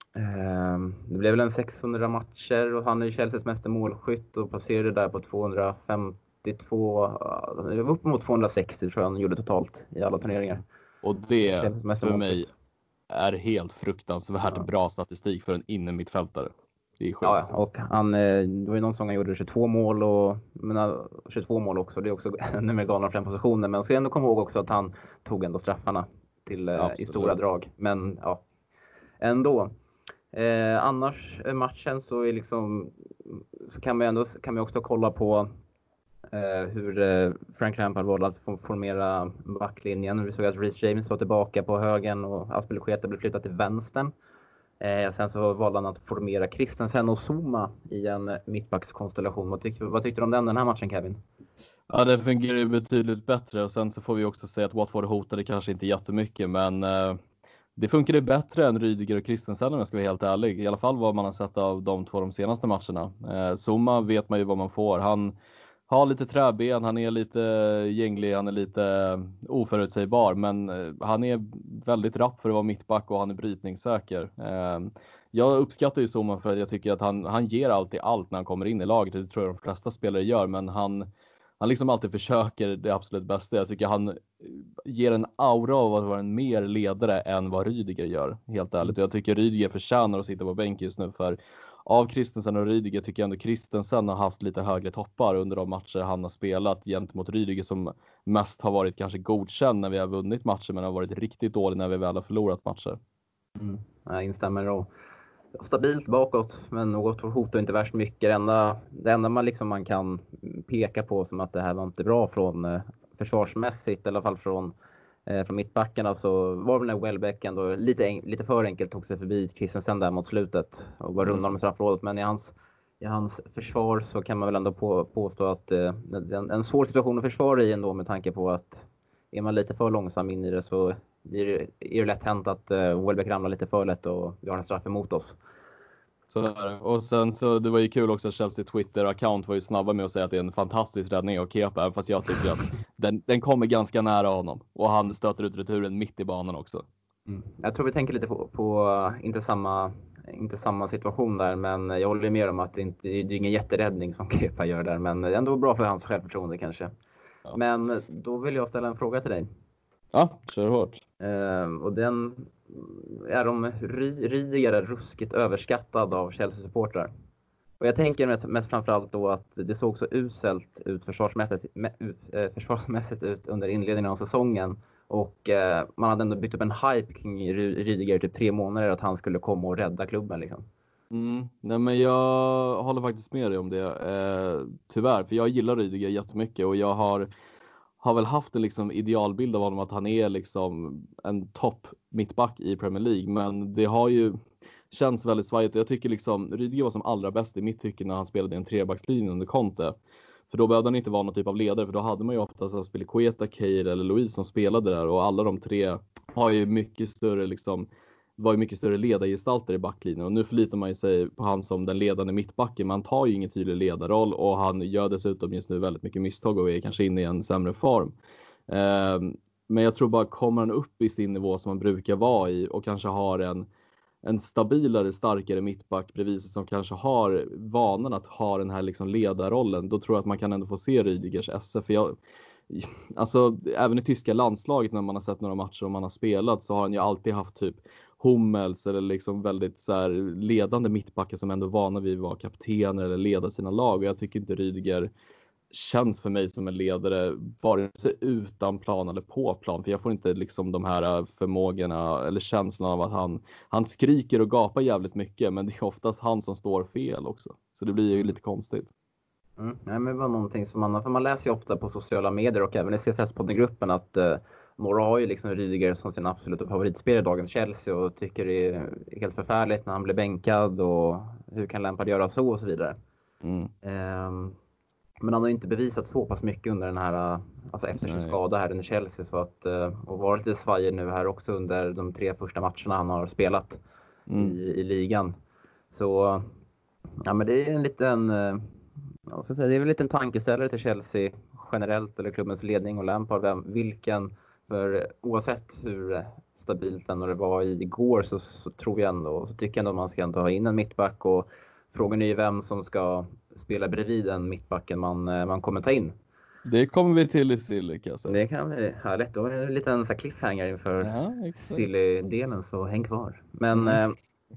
Det blev väl en sexhundra matcher, och han är ju Chelseas mesta målskytt och passerade där på tvåhundrafemtiotvå, upp mot tvåhundrasextio tror jag han gjorde totalt i alla turneringar. Och det för mig är helt fruktansvärt ja. bra statistik för en innermittfältare. Det är sjukt. Ja, och han, det var ju någon som han gjorde tjugotvå mål, och menar, tjugotvå mål också, det är också ännu mer galna från den positionen, men jag ska ändå komma ihåg också att han tog ändå straffarna till, i stora drag, men ja, ändå. Eh, annars matchen så är liksom så kan man ändå kan man också kolla på eh, hur eh, Frank Lampard valde att formera backlinjen. Vi såg att Reece James var tillbaka på högen och Azpilicueta blev flyttat till vänstern. Eh, sen så valde han att formera Christensen och Zuma i en mittbackskonstellation. Vad tyckte, vad tyckte du om den, den här matchen, Kevin? Ja, det fungerar ju betydligt bättre, och sen så får vi också säga att Watford hotade kanske inte jättemycket, men eh... det funkade bättre än Rydiger och Christensen om jag ska vara helt ärlig. I alla fall vad man har sett av de två de senaste matcherna. Eh, Zuma vet man ju vad man får. Han har lite träben, han är lite gänglig, han är lite oförutsägbar. Men han är väldigt rapp för att vara mittback, och han är brytningssäker. Eh, jag uppskattar ju Zuma för att jag tycker att han, han ger alltid allt när han kommer in i laget. Det tror jag de flesta spelare gör, men han... Han liksom alltid försöker det absolut bästa. Jag tycker han ger en aura av att vara en mer ledare än vad Rydiger gör, helt ärligt. Och jag tycker Rydiger förtjänar att sitta på bänk just nu, för av Christensen och Rydiger tycker jag ändå Christensen har haft lite högre toppar under de matcher han har spelat gentemot Rydiger, som mest har varit kanske godkänd när vi har vunnit matcher, men har varit riktigt dålig när vi väl har förlorat matcher. Mm. Jag instämmer då. Stabilt bakåt, men något hotar inte värst mycket. Det enda, det enda man, liksom man kan peka på som att det här var inte bra från eh, försvarsmässigt, i alla fall från, eh, från mittbackarna, så var väl när Welbeck ändå lite, en, lite för enkelt tog sig förbi Christensen där mot slutet och var runda med straffområdet. Men i hans, i hans försvar så kan man väl ändå på, påstå att eh, en, en svår situation att försvara i ändå, med tanke på att är man lite för långsam in i det så är det, är det lätt hänt att uh, Welbeck ramlar lite för lätt och vi har en straff emot oss. Så är det. Och sen så det var ju kul också att Chelsea Twitter-account var ju snabba med att säga att det är en fantastisk räddning av Kepa, även fast jag tycker att den, den kommer ganska nära honom. Och han stöter ut returen mitt i banan också. Mm. Jag tror vi tänker lite på, på inte, samma, inte samma situation där, men jag håller med om att det, inte, det är ingen jätteräddning som Kepa gör där, men det är ändå bra för hans självförtroende kanske. Ja. Men då vill jag ställa en fråga till dig. Ja, kör hårt. Uh, och den är om Rydiger är ruskigt överskattad av Chelsea-supportrar. Och jag tänker mest, mest framförallt då att det såg så uselt ut försvarsmässigt, med, uh, försvarsmässigt ut under inledningen av säsongen. Och uh, man hade ändå byggt upp en hype kring Rydiger i typ tre månader att han skulle komma och rädda klubben liksom. Mm. Nej, men jag håller faktiskt med dig om det. Eh, tyvärr, för jag gillar Rydiger jättemycket och jag har har väl haft en liksom idealbild av honom att han är liksom en topp mittback i Premier League, men det har ju känns väldigt svajigt. Jag tycker liksom Rydiger var som allra bäst i mitt tycke när han spelade i en trebackslinje under Conte. För då behövde han inte vara någon typ av ledare, för då hade man ju oftast Azpilicueta, Keir eller Luiz som spelade där, och alla de tre har ju mycket större liksom var ju mycket större ledargestalter i backlinjen, och nu förlitar man ju sig på han som den ledande mittbacken. Man tar ju ingen tydlig ledarroll och han gör dessutom just nu väldigt mycket misstag och är kanske inne i en sämre form. Eh, men jag tror bara kommer han upp i sin nivå som han brukar vara i och kanske har en, en stabilare, starkare mittback bredvid sig som kanske har vanan att ha den här liksom ledarrollen, då tror jag att man kan ändå få se Rydigers S F. För jag, alltså även i tyska landslaget när man har sett några matcher och man har spelat, så har han ju alltid haft typ Hummels eller liksom väldigt så här ledande mittbackar som ändå är vana vid att vara kaptener eller leda sina lag. Och jag tycker inte Rydiger känns för mig som en ledare vare sig utan plan eller på plan. För jag får inte liksom de här förmågorna eller känslan av att han, han skriker och gapar jävligt mycket, men det är oftast han som står fel också. Så det blir ju lite konstigt. Mm. Nej, men det var någonting som man, för man läser ju ofta på sociala medier och även i C S S-podden-gruppen att uh, några har ju liksom Rydiger som sin absoluta favoritspelare i dagens Chelsea och tycker det är helt förfärligt när han blir bänkad och hur kan Lampard göra så och så vidare. Mm. Um, men han har ju inte bevisat så pass mycket under den här, alltså efter sin skada här under Chelsea, så att, uh, och varit lite svajig nu här också under de tre första matcherna han har spelat mm. i, i ligan. Så ja, men det är en liten uh, jag ska säga, det är väl lite en tankeställare till Chelsea generellt, eller klubbens ledning och Lampard, vem, vilken, för oavsett hur stabilt den det var igår, så, så tror jag ändå, så tycker jag ändå att man ska ändå ha in en mittback, och frågan är ju vem som ska spela bredvid den mittbacken man, man kommer ta in. Det kommer vi till i Silly, alltså. Det kan bli härligt, då är det en liten så här cliffhanger inför ja, Silly-delen, så häng kvar. Men mm.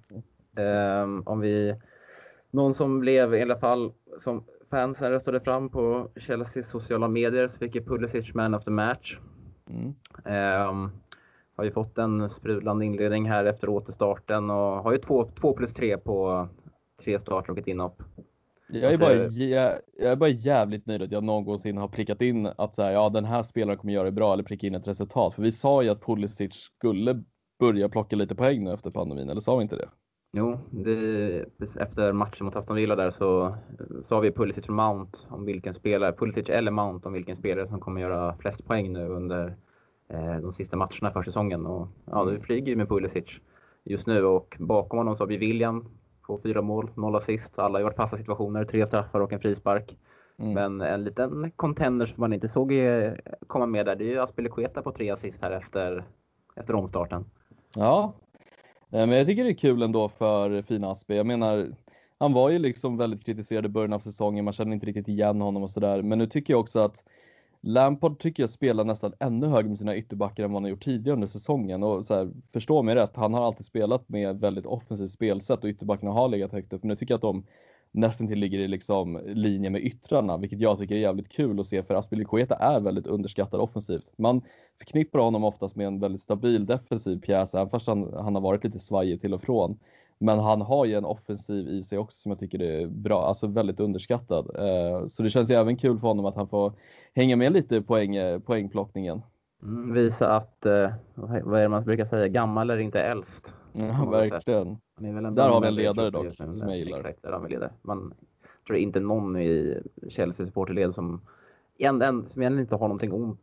eh, eh, om vi, någon som blev i alla fall, som fansen röstade fram på Chelseas sociala medier, så fick ju Pulisic man of the match. Mm. Um, har ju fått en sprudlande inledning här efter återstarten och har ju två, två plus tre på tre starter och ett inhopp. Jag är, bara, jag, jag är bara jävligt nöjd att jag någonsin har prickat in att så här, ja, den här spelaren kommer göra det bra, eller pricka in ett resultat. För vi sa ju att Pulisic skulle börja plocka lite poäng nu efter pandemin, eller sa vi inte det? Jo, det, efter matchen mot Aston Villa där så sa vi Pulisic och Mount om vilken spelare, Pulisic eller Mount om vilken spelare som kommer göra flest poäng nu under eh, de sista matcherna för säsongen. Och ja, det flyger ju med Pulisic just nu, och bakom honom så har vi William på fyra mål, noll assist. Alla har gjort fasta situationer, tre straffar och en frispark. Mm. Men en liten contender som man inte såg komma med där, det är ju Azpilicueta på tre assist här efter, efter omstarten. Ja, men jag tycker det är kul ändå för fina Aspe. Jag menar, han var ju liksom väldigt kritiserad i början av säsongen. Man känner inte riktigt igen honom och sådär. Men nu tycker jag också att Lampard tycker jag spelar nästan ännu högre med sina ytterbackar än vad han har gjort tidigare under säsongen. Och så här, förstå mig rätt, han har alltid spelat med väldigt offensivt spelsätt och ytterbackarna har legat högt upp. Men nu tycker jag att de nästan till ligger i liksom linje med yttrarna, vilket jag tycker är jävligt kul att se, för Azpilicueta är väldigt underskattad offensivt. Man förknippar honom oftast med en väldigt stabil defensiv pjäs, även fast han, han har varit lite svajig till och från. Men han har ju en offensiv i sig också som jag tycker är bra, alltså väldigt underskattad. Så det känns ju även kul för honom att han får hänga med lite i poäng, poängplockningen. Mm, visa att, vad är det man brukar säga, gammal är inte äldst. Ja, verkligen. Där har vi en ledare dock, som jag gillar. Exakt, där har vi en ledare. Man tror det är inte någon i Chelsea supporterled som, en, en, som egentligen inte har någonting ont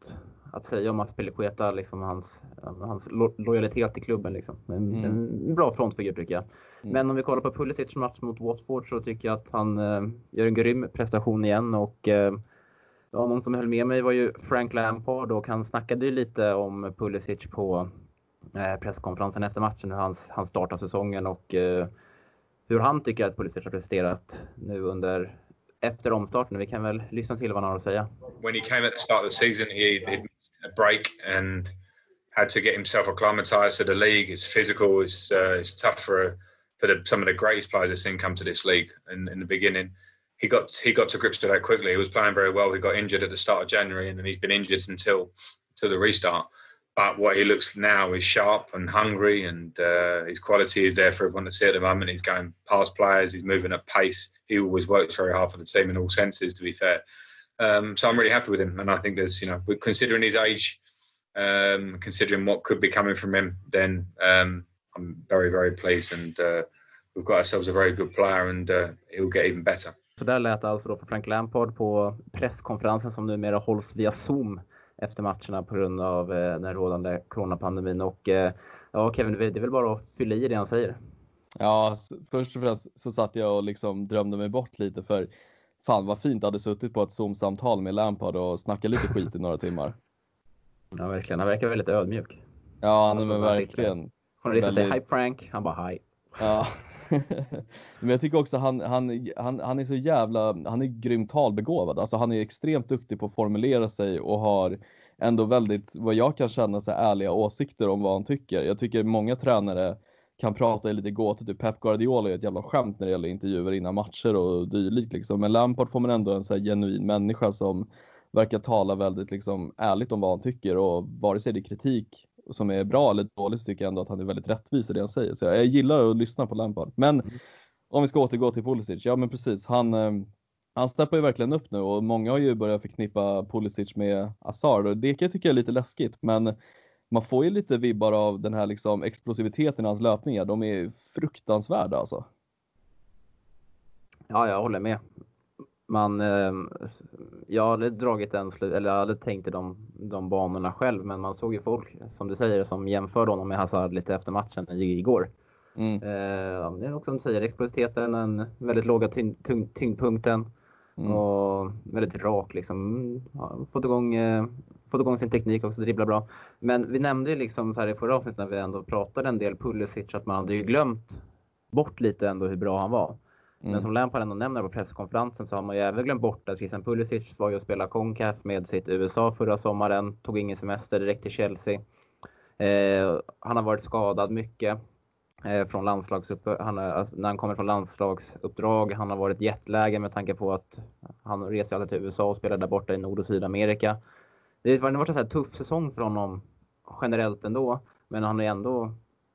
att säga om Azpilicueta, liksom hans, hans lo- lojalitet till klubben. Liksom. En, Mm. en bra frontfigur tycker jag. Mm. Men om vi kollar på Pulisic match mot Watford så tycker jag att han eh, gör en grym prestation igen. Och eh, ja, någon som höll med mig var ju Frank Lampard, och han snackade ju lite om Pulisic på eh, presskonferensen efter matchen, hur han, han startar säsongen och eh, hur han tycker att Pulisic har presterat nu under efter omstarten. Vi kan väl lyssna till vad han har att säga. When he came at the start of the season, he had a break and had to get himself acclimatized to the league. It's physical, it's uh, it's tough for for the, some of the greatest players I've seen come to this league. In, in the beginning, he got he got to grips with that quickly. He was playing very well. He got injured at the start of January, and then he's been injured until until the restart. But what he looks now is sharp and hungry, and uh, his quality is there for everyone to see at the moment. He's going past players, he's moving at pace. He always works very hard for the team in all senses, to be fair. Um, so I'm really happy with him, and I think there's, you know, considering his age, um, considering what could be coming from him, then um, I'm very, very pleased, and uh, we've got ourselves a very good player, and uh, he'll get even better. Så där lät alltså då för Frank Lampard på presskonferensen som numera hålls via Zoom efter matcherna på grund av eh, den rådande coronapandemin. Och eh, ja, Kevin, det är väl bara att fylla i det han säger. Ja, först och främst så satt jag och liksom drömde mig bort lite, för fan vad fint hade suttit på ett Zoom-samtal med Lampard och snacka lite skit i några timmar. Ja, verkligen. Han verkar väldigt ödmjuk. Ja, alltså, men verkligen. Journalisten väldigt... säger hi Frank, han bara hi. Ja. Men jag tycker också han, han, han, han är så jävla, han är grymt talbegåvad. Alltså han är extremt duktig på att formulera sig och har ändå väldigt, vad jag kan känna, så ärliga åsikter om vad han tycker. Jag tycker många tränare kan prata i lite gåtor, typ Pep Guardiola är ett jävla skämt när det gäller intervjuer innan matcher och dylikt liksom. Men Lampard får man ändå en så här genuin människa som verkar tala väldigt liksom ärligt om vad han tycker, och vare sig det är kritik som är bra eller dåligt så tycker jag ändå att han är väldigt rättvis i det han säger. Så jag, jag gillar att lyssna på Lampard. Men mm. om vi ska återgå till Pulisic, ja men precis, han, eh, han steppar ju verkligen upp nu, och många har ju börjat förknippa Pulisic med Hazard, och det kan jag tycka är lite läskigt, men man får ju lite vibbar av den här liksom explosiviteten i hans löpningar. De är fruktansvärda alltså. Ja, jag håller med. Man, eh, jag hade dragit en slut, eller jag hade tänkt i de, de banorna själv, men man såg ju folk, som du säger, som jämförde honom med Hazard lite efter matchen igår. Mm. Eh, det är också som du säger, explosiviteten, den väldigt låga tyng, tyng, tyngdpunkten mm. och väldigt rak liksom. Ja, fått igång, eh, fått igång sin teknik också, dribblar bra. Men vi nämnde ju liksom så här i förra avsnittet när vi ändå pratade en del Pulisic, att man hade ju glömt bort lite ändå hur bra han var. Mm. Men som Lampard ändå nämner på presskonferensen så har man ju även glömt bort att Christian Pulisic var ju att spela CONCACAF med sitt U S A förra sommaren. Tog ingen semester direkt till Chelsea. Eh, han har varit skadad mycket eh, från landslagsupp han är, alltså, när han kommer från landslagsuppdrag. Han har varit jetläge med tanke på att han reser alltid till U S A och spelar där borta i Nord- och Sydamerika. Det har varit en så här tuff säsong för honom generellt ändå. Men han har ändå,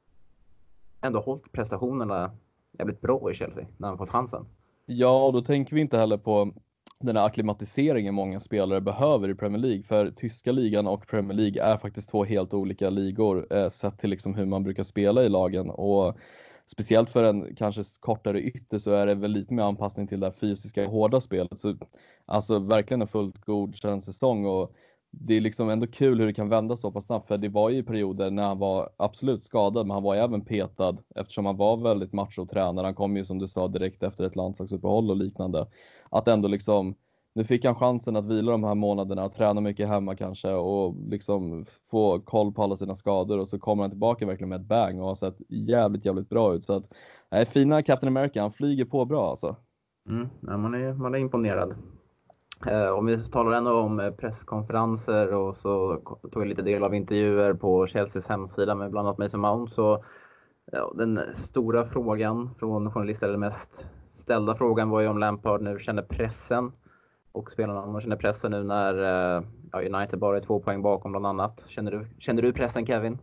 ändå hållit prestationerna jävligt bra i Chelsea när han fått chansen. Ja, och då tänker vi inte heller på den här akklimatiseringen många spelare behöver i Premier League. För tyska ligan och Premier League är faktiskt två helt olika ligor eh, sett till liksom hur man brukar spela i lagen. Och speciellt för en kanske kortare ytter så är det väl lite mer anpassning till det fysiska hårda spelet. Så alltså verkligen en fullt godkänd säsong, och det är liksom ändå kul hur det kan vända så pass snabbt, för det var ju perioder när han var absolut skadad, men han var ju även petad eftersom han var väldigt machotränare. Han kom ju som du sa direkt efter ett landslagsuppehåll och liknande. Att ändå liksom, nu fick han chansen att vila de här månaderna, träna mycket hemma kanske och liksom få koll på alla sina skador, och så kommer han tillbaka verkligen med ett bang och har sett jävligt jävligt bra ut. Så att, nej, fina Captain America, han flyger på bra alltså. Mm, ja, man är, man är imponerad. Eh, om vi talar ändå om presskonferenser, och så tog jag lite del av intervjuer på Chelseas hemsida med bland annat Mason Mount, så ja, den stora frågan från journalister, den mest ställda frågan, var ju om Lampard nu känner pressen, och spelarna om de känner pressen nu när eh, ja, United bara är två poäng bakom bland annat. Känner du, känner du pressen, Kevin?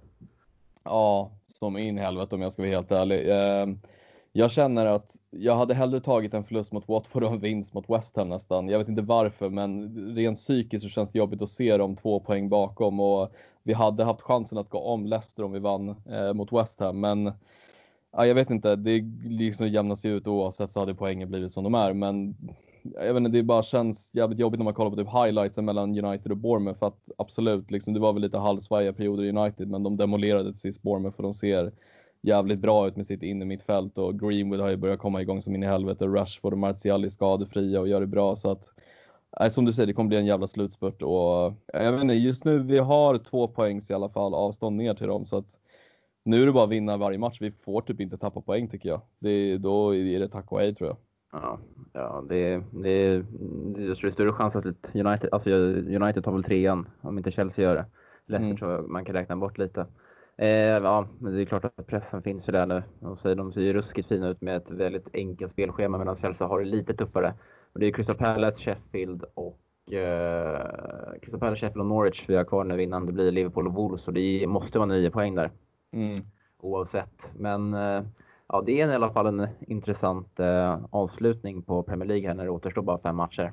Ja, som in i helvete om jag ska vara helt ärlig. Eh, Jag känner att jag hade hellre tagit en förlust mot Watford och en vinst mot West Ham nästan. Jag vet inte varför, men rent psykiskt så känns det jobbigt att se dem två poäng bakom. Och vi hade haft chansen att gå om Leicester om vi vann eh, mot West Ham. Men ja, jag vet inte, det liksom jämnas ju ut oavsett, så hade poängen blivit som de är. Men jag vet inte, det bara känns jävligt jobbigt när man kollar på typ highlights mellan United och Bournemouth. För att absolut, liksom, det var väl lite halvsvajiga perioder i United, men de demolerade till sist Bournemouth för de ser jävligt bra ut med sitt inne mittfält, och Greenwood har ju börjat komma igång som in i helvete, och Rashford och Martial är skadefria och gör det bra, så att nej, som du säger, det kommer bli en jävla slutspurt, och jag vet inte, just nu vi har två poängs i alla fall avstånd ner till dem, så att nu är det bara att vinna varje match. Vi får typ inte tappa poäng tycker jag. Det, då är det tack och hej tror jag. Ja, ja det, det, det är större chans att United, alltså United tar väl trean om inte Chelsea gör det. Leicester mm. tror jag man kan räkna bort lite. Eh, ja, men det är klart att pressen finns ju där nu. De säger, de ser ju ruskigt fina ut med ett väldigt enkelt spelschema, medan Chelsea har det lite tuffare. Och det är Crystal Palace, Sheffield och eh, Crystal Palace, Sheffield och Norwich vi har kvar nu innan det blir Liverpool och Wolves, så det måste vara nio poäng där. Mm. Oavsett. Men eh, ja, det är i alla fall en intressant eh, avslutning på Premier League här när det återstår bara fem matcher.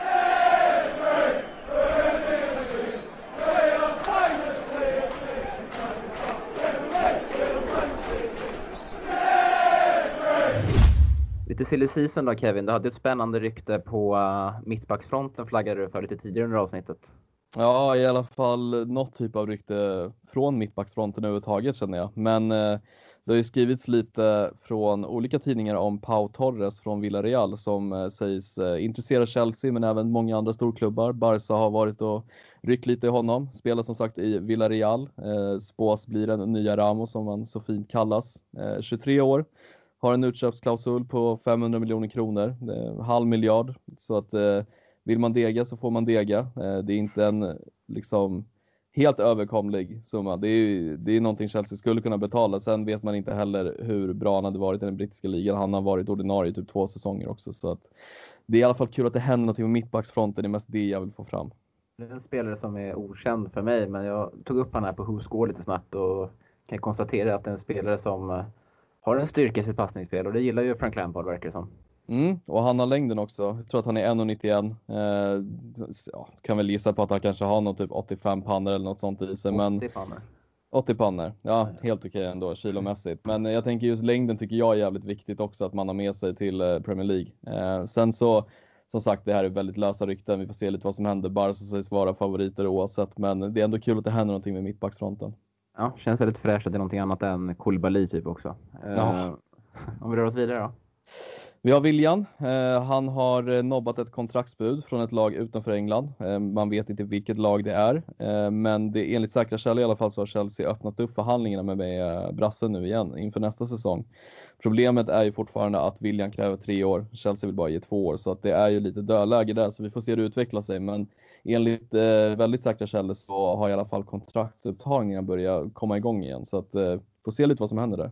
Lite silly season då Kevin, du hade ett spännande rykte på uh, mittbacksfronten, flaggade du för lite tidigare under avsnittet. Ja, i alla fall något typ av rykte från mittbacksfronten överhuvudtaget känner jag. Men eh, det har ju skrivits lite från olika tidningar om Pau Torres från Villarreal som eh, sägs eh, intressera Chelsea, men även många andra storklubbar. Barca har varit och ryckt lite i honom. Spelar som sagt i Villarreal. Eh, spås blir den nya Ramos som man så fint kallas. Eh, tjugotre år. Har en utköpsklausul på femhundra miljoner kronor. Eh, halv miljard. Så att eh, vill man dega så får man dega. Eh, det är inte en liksom helt överkomlig summa. Det är, det är någonting Chelsea skulle kunna betala. Sen vet man inte heller hur bra han hade varit i den brittiska ligan. Han har varit ordinarie i typ två säsonger också. Så att det är i alla fall kul att det händer någonting på mittbacksfronten. Det är mest det jag vill få fram. Det är en spelare som är okänd för mig, men jag tog upp han här på WhoScore lite snabbt och kan konstatera att det är en spelare som har en styrka i sitt passningsspel, och det gillar ju Frank Lampard verkar det som. Mm, och han har längden också. Jag tror att han är en komma nittioen. Eh, ja, kan väl gissa på att han kanske har något typ åttiofem pannor eller något sånt i sig. åttio pannor. åttio pannor. Ja, helt okej ändå kilomässigt. Men jag tänker just längden tycker jag är jävligt viktigt också att man har med sig till eh, Premier League. Eh, sen så, som sagt, det här är väldigt lösa rykten. Vi får se lite vad som händer. Barca sägs vara favoriter oavsett. Men det är ändå kul att det händer någonting med mittbacksfronten. Ja, känns väldigt fräscht att det är någonting annat än Koulibaly typ också. Ja. Eh, om vi rör oss vidare då. Vi har Willian. Eh, han har nobbat ett kontraktsbud från ett lag utanför England. Eh, man vet inte vilket lag det är. Eh, men det, enligt säkra källor i alla fall så har Chelsea öppnat upp förhandlingarna med, med brassen nu igen inför nästa säsong. Problemet är ju fortfarande att Willian kräver tre år. Chelsea vill bara ge två år. Så att det är ju lite dödläge där. Så vi får se det utveckla sig. Men enligt eh, väldigt säkra källor så har i alla fall kontraktsupptagningarna börjat komma igång igen. Så att eh, får se lite vad som händer där.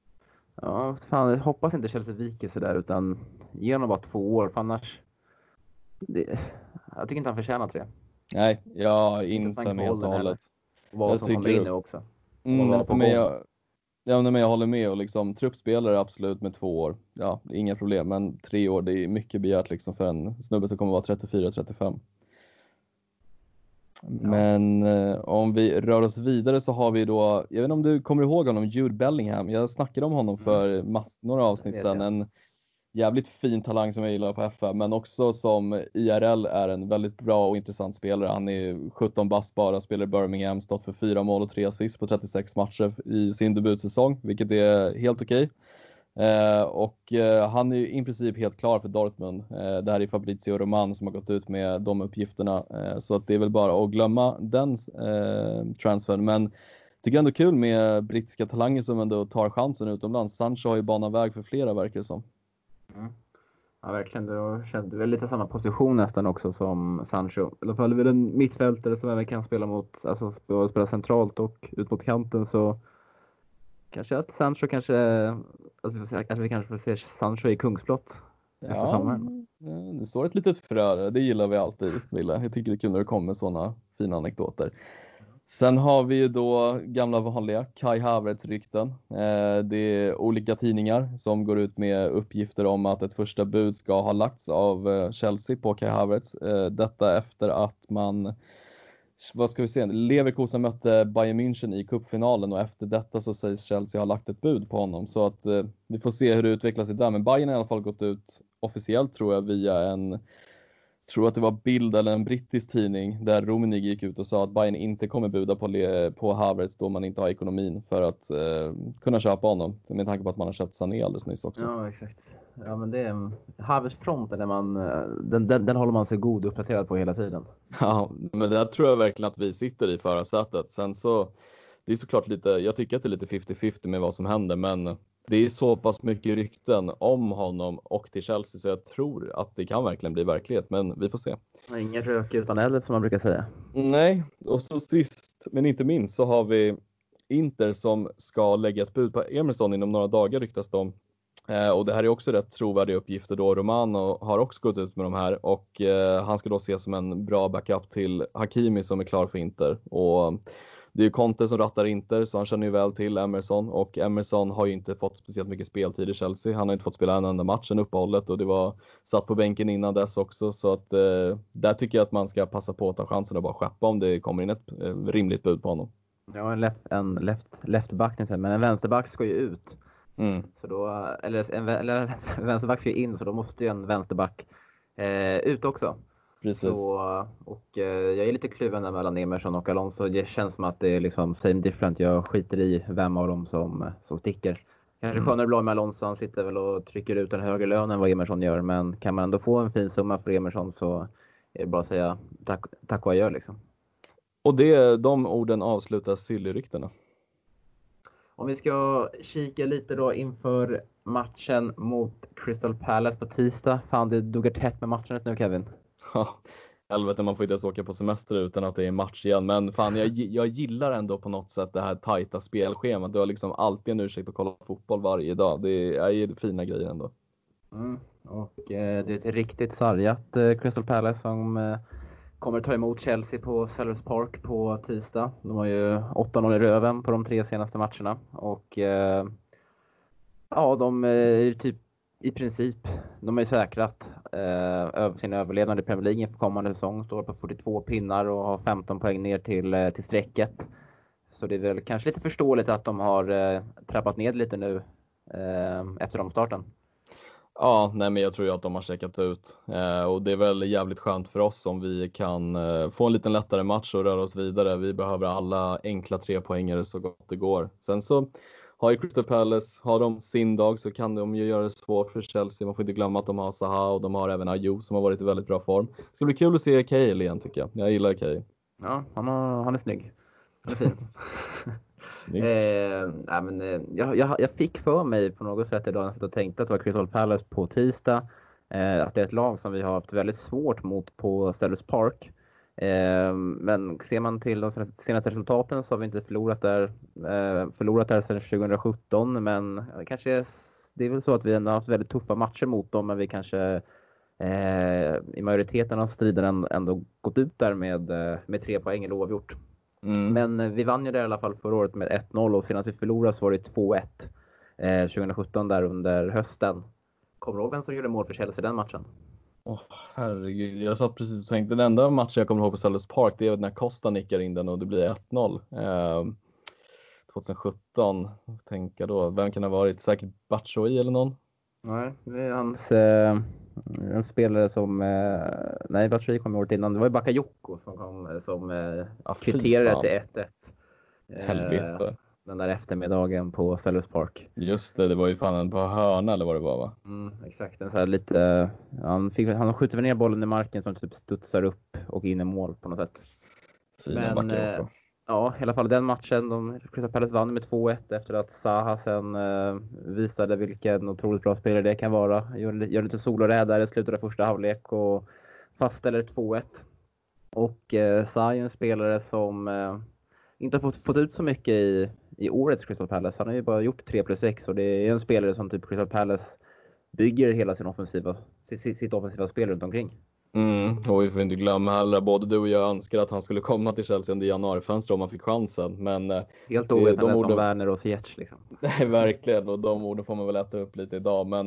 Ja, fan, jag hoppas inte Chelsea viker sig där, utan ge honom bara två år, för annars det, jag tycker inte han förtjänar tre. Nej, jag instämmer helt och hållet. Vad jag som kommer in nu också. Mm, men för mig, jag, ja, men jag håller med, och liksom truppspelare absolut med två år. Ja, inga problem, men tre år, det är mycket begärt liksom för en snubbe som kommer vara trettiofyra trettiofem. Men eh, om vi rör oss vidare så har vi då, jag vet inte om du kommer ihåg honom, Jude Bellingham. Jag snackade om honom för mass, några avsnitt sedan. En jävligt fin talang som jag gillar på F M, men också som I R L är en väldigt bra och intressant spelare. Han är sjutton bast bara, spelar i Birmingham, stått för fyra mål och tre assist på trettiosex matcher i sin debutsäsong, vilket är helt okej. Eh, och eh, han är ju i princip helt klar för Dortmund. Eh, det här är Fabrizio Roman som har gått ut med de uppgifterna. Eh, så att det är väl bara att glömma den eh, transfern. Men tycker ändå kul med brittiska talanger som ändå tar chansen utomlands. Sancho har ju banat väg för flera, verkar det som. Mm. Ja, verkligen. Du kände väl lite samma position nästan också som Sancho. I alla fall är väl en mittfältare som även kan spela mot, alltså spela centralt och ut mot kanten, så kanske att Sancho kanske, att vi, får se, att vi kanske får se Sancho i Kungsblott efter ja, sommaren. Det står ett litet frö, det gillar vi alltid, Wille. Jag tycker det är kul när det kommer sådana fina anekdoter. Sen har vi ju då gamla vanliga Kai Havertz-rykten. Eh, det är olika tidningar som går ut med uppgifter om att ett första bud ska ha lagts av Chelsea på Kai Havertz. Eh, detta efter att man vad ska vi se? Leverkusen mötte Bayern München i cupfinalen och efter detta så sägs Chelsea ha lagt ett bud på honom. Så att eh, vi får se hur det utvecklas där. Men Bayern har i alla fall gått ut officiellt tror jag via en, tror att det var Bild eller en brittisk tidning där Rummenigge gick ut och sa att Bayern inte kommer buda på, le, på Havertz då man inte har ekonomin för att eh, kunna köpa honom. Med tanke på att man har köpt Sané alldeles nyss också. Ja, exakt. Ja, men det är Havertz fronten där man, den, den, den håller man sig god och uppdaterad på hela tiden. Ja, men där tror jag verkligen att vi sitter i förarsätet. Sen så, det är såklart lite, jag tycker att det är lite fifty fifty med vad som händer, men det är så pass mycket rykten om honom och till Chelsea så jag tror att det kan verkligen bli verklighet, men vi får se. Ingen rök utan eld som man brukar säga. Nej, och så sist men inte minst så har vi Inter som ska lägga ett bud på Emerson inom några dagar ryktas de. Eh, och det här är också rätt trovärdiga uppgifter då. Romano har också gått ut med de här och eh, han ska då ses som en bra backup till Hakimi som är klar för Inter. Och det är ju Conte som rattar Inter så han känner ju väl till Emerson och Emerson har ju inte fått speciellt mycket speltid i Chelsea. Han har inte fått spela en enda match än uppehållet och det var satt på bänken innan dess också. Så att eh, där tycker jag att man ska passa på att ta chansen och bara skeppa om det kommer in ett eh, rimligt bud på honom. Ja, en left, en left, leftback, men en vänsterback ska ju ut. Mm. Så då, eller en, eller en vänsterback ska ju in, så då måste ju en vänsterback eh, ut också. Precis. Så, och eh, jag är lite kluven där mellan Emerson och Alonso. Det känns som att det är liksom same different. Jag skiter i vem av dem som, som sticker. Kanske Mm. skönare blå med Alonso. Han sitter väl och trycker ut en högre lön än vad Emerson gör. Men kan man ändå få en fin summa för Emerson så är det bara att säga tack, tack och adjö liksom. Och det, de orden avslutar Silly-ryktena. Om vi ska kika lite då inför matchen mot Crystal Palace på tisdag. Fan, det duggar tätt med matchen nu, Kevin. Ja, helvete, man får inte ens åka på semester utan att det är match igen. Men fan, jag, jag gillar ändå på något sätt det här tajta spelschemat. Du har liksom alltid en ursäkt att kolla fotboll varje dag. Det är, är fina grejer ändå. Mm. Och eh, det är ett riktigt sargat eh, Crystal Palace som eh, kommer ta emot Chelsea på Sellers Park på tisdag. De har ju åtta noll i röven på de tre senaste matcherna. Och eh, ja, de är typ i princip, de är säkrat eh, sin överlevnad i Premier League inför kommande säsong. Står på fyrtiotvå pinnar och har femton poäng ner till, eh, till strecket. Så det är väl kanske lite förståeligt att de har eh, trappat ned lite nu eh, efter omstarten. Ja, nej men jag tror ju att de har checkat ut. Eh, och det är väl jävligt skönt för oss om vi kan eh, få en liten lättare match och röra oss vidare. Vi behöver alla enkla tre poängare så gott det går. Sen så har ju Crystal Palace, har de sin dag så kan de ju göra det svårt för Chelsea. Man får inte glömma att de har Zaha och de har även Ayew som har varit i väldigt bra form. Det ska bli kul att se Cahill igen tycker jag. Jag gillar Cahill. Ja, han, har, han är snygg. Han är fin. eh, nej, men, eh, jag, jag, jag fick för mig på något sätt idag när jag tänkte att det var Crystal Palace på tisdag. Eh, att det är ett lag som vi har haft väldigt svårt mot på Sellers Park. Eh, men ser man till de senaste resultaten så har vi inte förlorat där, eh, förlorat där sedan tjugo sjutton. Men kanske är, det är väl så att vi har haft väldigt tuffa matcher mot dem. Men vi kanske eh, i majoriteten av striden ändå gått ut där med, med tre poäng eller oavgjort. Mm. Men vi vann ju där i alla fall förra året med ett noll och senast vi förlorade så var det två ett eh, tjugo sjutton där under hösten. Kommer du ihåg vem som gjorde mål för Chelsea den matchen? Åh oh, herregud, jag satt precis och tänkte den enda matchen jag kommer ihåg på Sellers Park det är när Costa nickar in den och det blir ett noll. Eh, tjugo sjutton, tänka då, vem kan det ha varit? Säkert Batshuayi eller någon? Nej, det är hans eh, en spelare som eh, nej, Batshuayi kom året innan. Det var ju Bakayoko som kom som eh, ja, kvitterade till ett ett. Helvete. Eh, den där eftermiddagen på Sellers Park. Just det, det var ju fan en på hörna eller vad det var va? Mm, exakt, en så här lite han fick han skjuter ner bollen i marken som typ studsar upp och in i mål på något sätt. Fina Men eh, ja, i alla fall den matchen de Crystal Palace vann med två ett efter att Zaha sen eh, visade vilken otroligt bra spelare det kan vara. Gör, gör lite soloräddare i slutet av första halvlek och fastställer två ett. Och eh, Zaha är en spelare som eh, inte har fått, fått ut så mycket i, i årets Crystal Palace. Han har ju bara gjort tre plus sex och det är en spelare som typ Crystal Palace bygger hela sin offensiva, sitt, sitt offensiva spel runt omkring. Mm, och vi får inte glömma heller, både du och jag önskar att han skulle komma till Chelsea under januarifönster om han fick chansen. Men helt ovetande som orden... Werner och Ziyech liksom. Nej, verkligen, och de orden får man väl äta upp lite idag. Men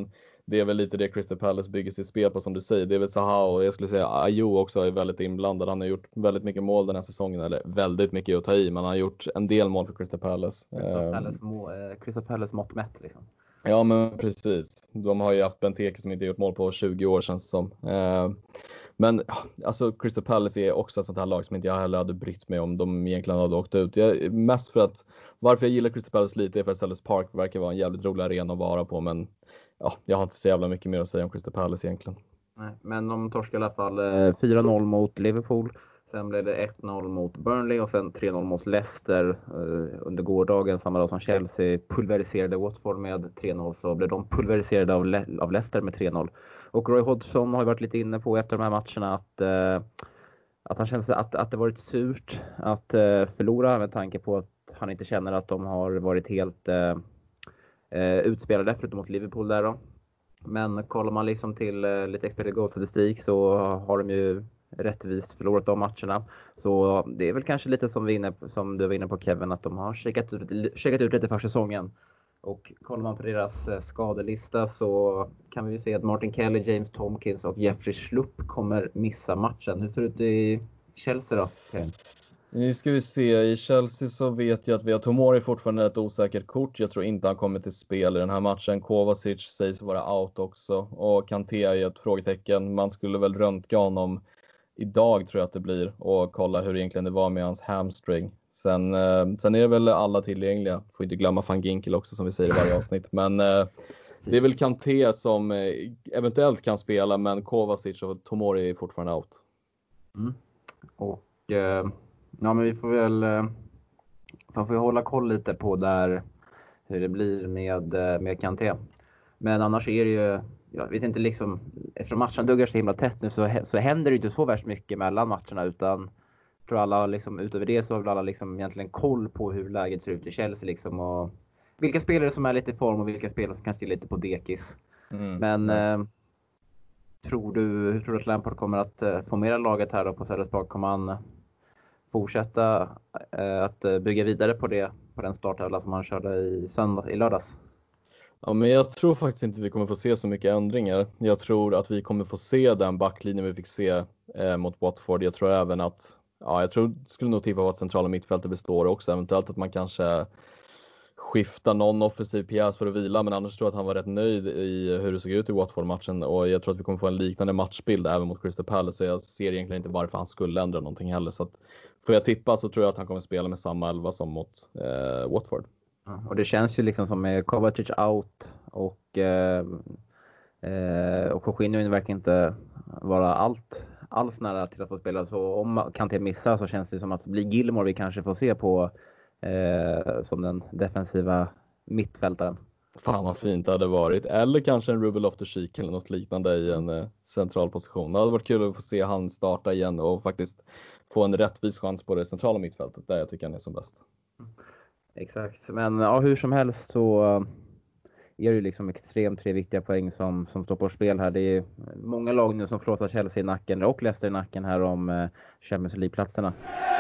det är väl lite det Crystal Palace bygger sitt spel på, som du säger. Det är väl Zaha och jag skulle säga Ayew också är väldigt inblandad. Han har gjort väldigt mycket mål den här säsongen, eller väldigt mycket att ta i, men han har gjort en del mål för Crystal Palace. Crystal Palace, må, eh, Crystal Palace mått mätt liksom. Ja, men precis. De har ju haft Benteke som inte gjort mål på tjugo år känns det som. Eh, men alltså Crystal Palace är också ett sånt här lag som inte jag heller hade brytt mig om de egentligen hade åkt ut. Jag, mest för att, varför jag gillar Crystal Palace lite är för att Selhurst Park verkar vara en jävligt rolig arena att vara på, men ja, jag har inte så jävla mycket mer att säga om Crystal Palace egentligen. Nej, men de torskade i alla fall eh, fyra noll mot Liverpool. Sen blev det ett noll mot Burnley och sen tre noll mot Leicester eh, under gårdagen. Samma dag som Chelsea pulveriserade Watford med tre noll så blev de pulveriserade av, Le- av Leicester med tre noll. Och Roy Hodgson har ju varit lite inne på efter de här matcherna att, eh, att han känner att, att det varit surt att eh, förlora med tanke på att han inte känner att de har varit helt eh, eh, utspelade förutom mot Liverpool där då. Men kollar man liksom till eh, lite expected goal-statistik så har de ju rättvist förlorat de matcherna. Så det är väl kanske lite som, vi inne, som du var inne på Kevin, att de har checkat ut, checkat ut lite för säsongen. Och kollar man på deras eh, skadelista så kan vi ju se att Martin Kelly, James Tomkins och Jeffrey Schlupp kommer missa matchen. Hur ser det ut i Chelsea då, Kevin? Nu ska vi se, i Chelsea så vet jag att vi har Tomori fortfarande ett osäkert kort. Jag tror inte han kommer till spel i den här matchen. Kovacic sägs vara out också. Och Kanté är ett frågetecken. Man skulle väl röntga honom idag tror jag att det blir. Och kolla hur egentligen det var med hans hamstring. Sen, eh, sen är det väl alla tillgängliga. Får inte glömma Van Ginkel också som vi säger i varje avsnitt. Men eh, det är väl Kanté som eh, eventuellt kan spela. Men Kovacic och Tomori är fortfarande out. Mm. Och... Eh... Ja, men vi får väl man får hålla koll lite på där hur det blir med, med Kanté. Men annars är det ju, jag vet inte liksom, eftersom matchen duggar så himla tätt nu så, så händer det inte så värst mycket mellan matcherna, utan jag tror alla liksom, utöver det så har väl alla liksom egentligen koll på hur läget ser ut i Chelsea liksom, och vilka spelare som är lite i form och vilka spelare som kanske är lite på dekis. Mm. Men mm. Eh, tror du, hur tror du att Lampard kommer att eh, formera laget här då på Selhurst Park? Kommer han fortsätta eh, att bygga vidare på det, på den startelva som han körde i söndag, i lördags? Ja, men jag tror faktiskt inte vi kommer få se så mycket ändringar. Jag tror att vi kommer få se den backlinjen vi fick se eh, mot Watford. Jag tror även att, ja, jag tror, skulle nog tippa på att centrala mittfältet består också. Eventuellt att man kanske skifta någon offensiv pjäs för att vila, men annars tror jag att han var rätt nöjd i hur det såg ut i Watford-matchen, och jag tror att vi kommer få en liknande matchbild även mot Crystal Palace, så jag ser egentligen inte varför han skulle ändra någonting heller. Så att, får jag tippa så tror jag att han kommer spela med samma elva som mot eh, Watford. Ja, och det känns ju liksom som med Kovacic out och eh, eh, och Jorginho verkar inte vara allt alls nära till att få spela, så om Kanté missar så känns det som att det blir Gilmore vi kanske får se på Eh, som den defensiva mittfältaren. Fan vad fint det hade varit. Eller kanske en Ruben Loftus-Cheek eller något liknande i en eh, central position. Det hade varit kul att få se han starta igen och faktiskt få en rättvis chans på det centrala mittfältet där jag tycker han är som bäst. Exakt, men ja, hur som helst så är det ju liksom extremt tre viktiga poäng som, som står på spel här. Det är många lag nu som flåsar Chelsea i nacken och Leicester i nacken här om eh, Champions League-platserna.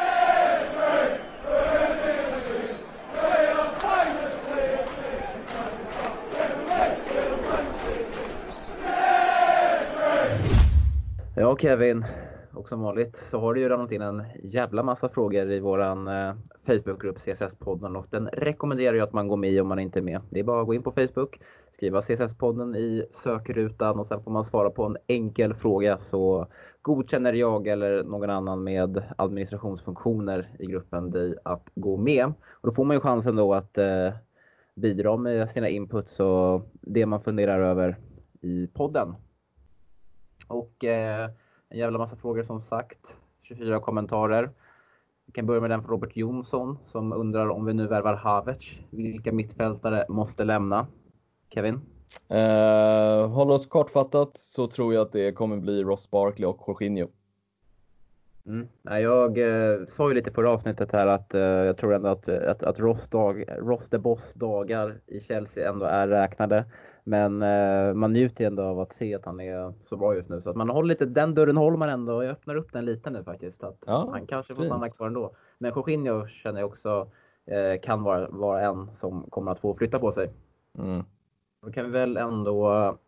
Ja, Kevin, och som vanligt så har du ju ramlat in en jävla massa frågor i våran eh, Facebookgrupp C S S-podden, och den rekommenderar jag att man går med i om man inte är med. Det är bara att gå in på Facebook, skriva C S S-podden i sökrutan och sen får man svara på en enkel fråga, så godkänner jag eller någon annan med administrationsfunktioner i gruppen dig att gå med. Och då får man ju chansen då att eh, bidra med sina inputs och det man funderar över i podden. Och eh, en jävla massa frågor som sagt. tjugofyra kommentarer. Vi kan börja med den från Robert Jonsson som undrar om vi nu värvar Havertz. Vilka mittfältare måste lämna? Kevin? Eh, håller oss kortfattat så tror jag att det kommer bli Ross Barkley och Jorginho. Mm. Jag eh, sa ju lite förra avsnittet här att eh, jag tror ändå att, att, att Ross, dag, Ross the Boss dagar i Chelsea ändå är räknade. Men eh, man njuter ändå av att se att han är så bra just nu. Så att man håller lite, den dörren håller man ändå, och jag öppnar upp den lite nu faktiskt. Att ja, han kanske får fint. stanna kvar ändå. Men Jorginho känner jag också eh, kan vara, vara en som kommer att få flytta på sig. Mm. Då kan vi väl ändå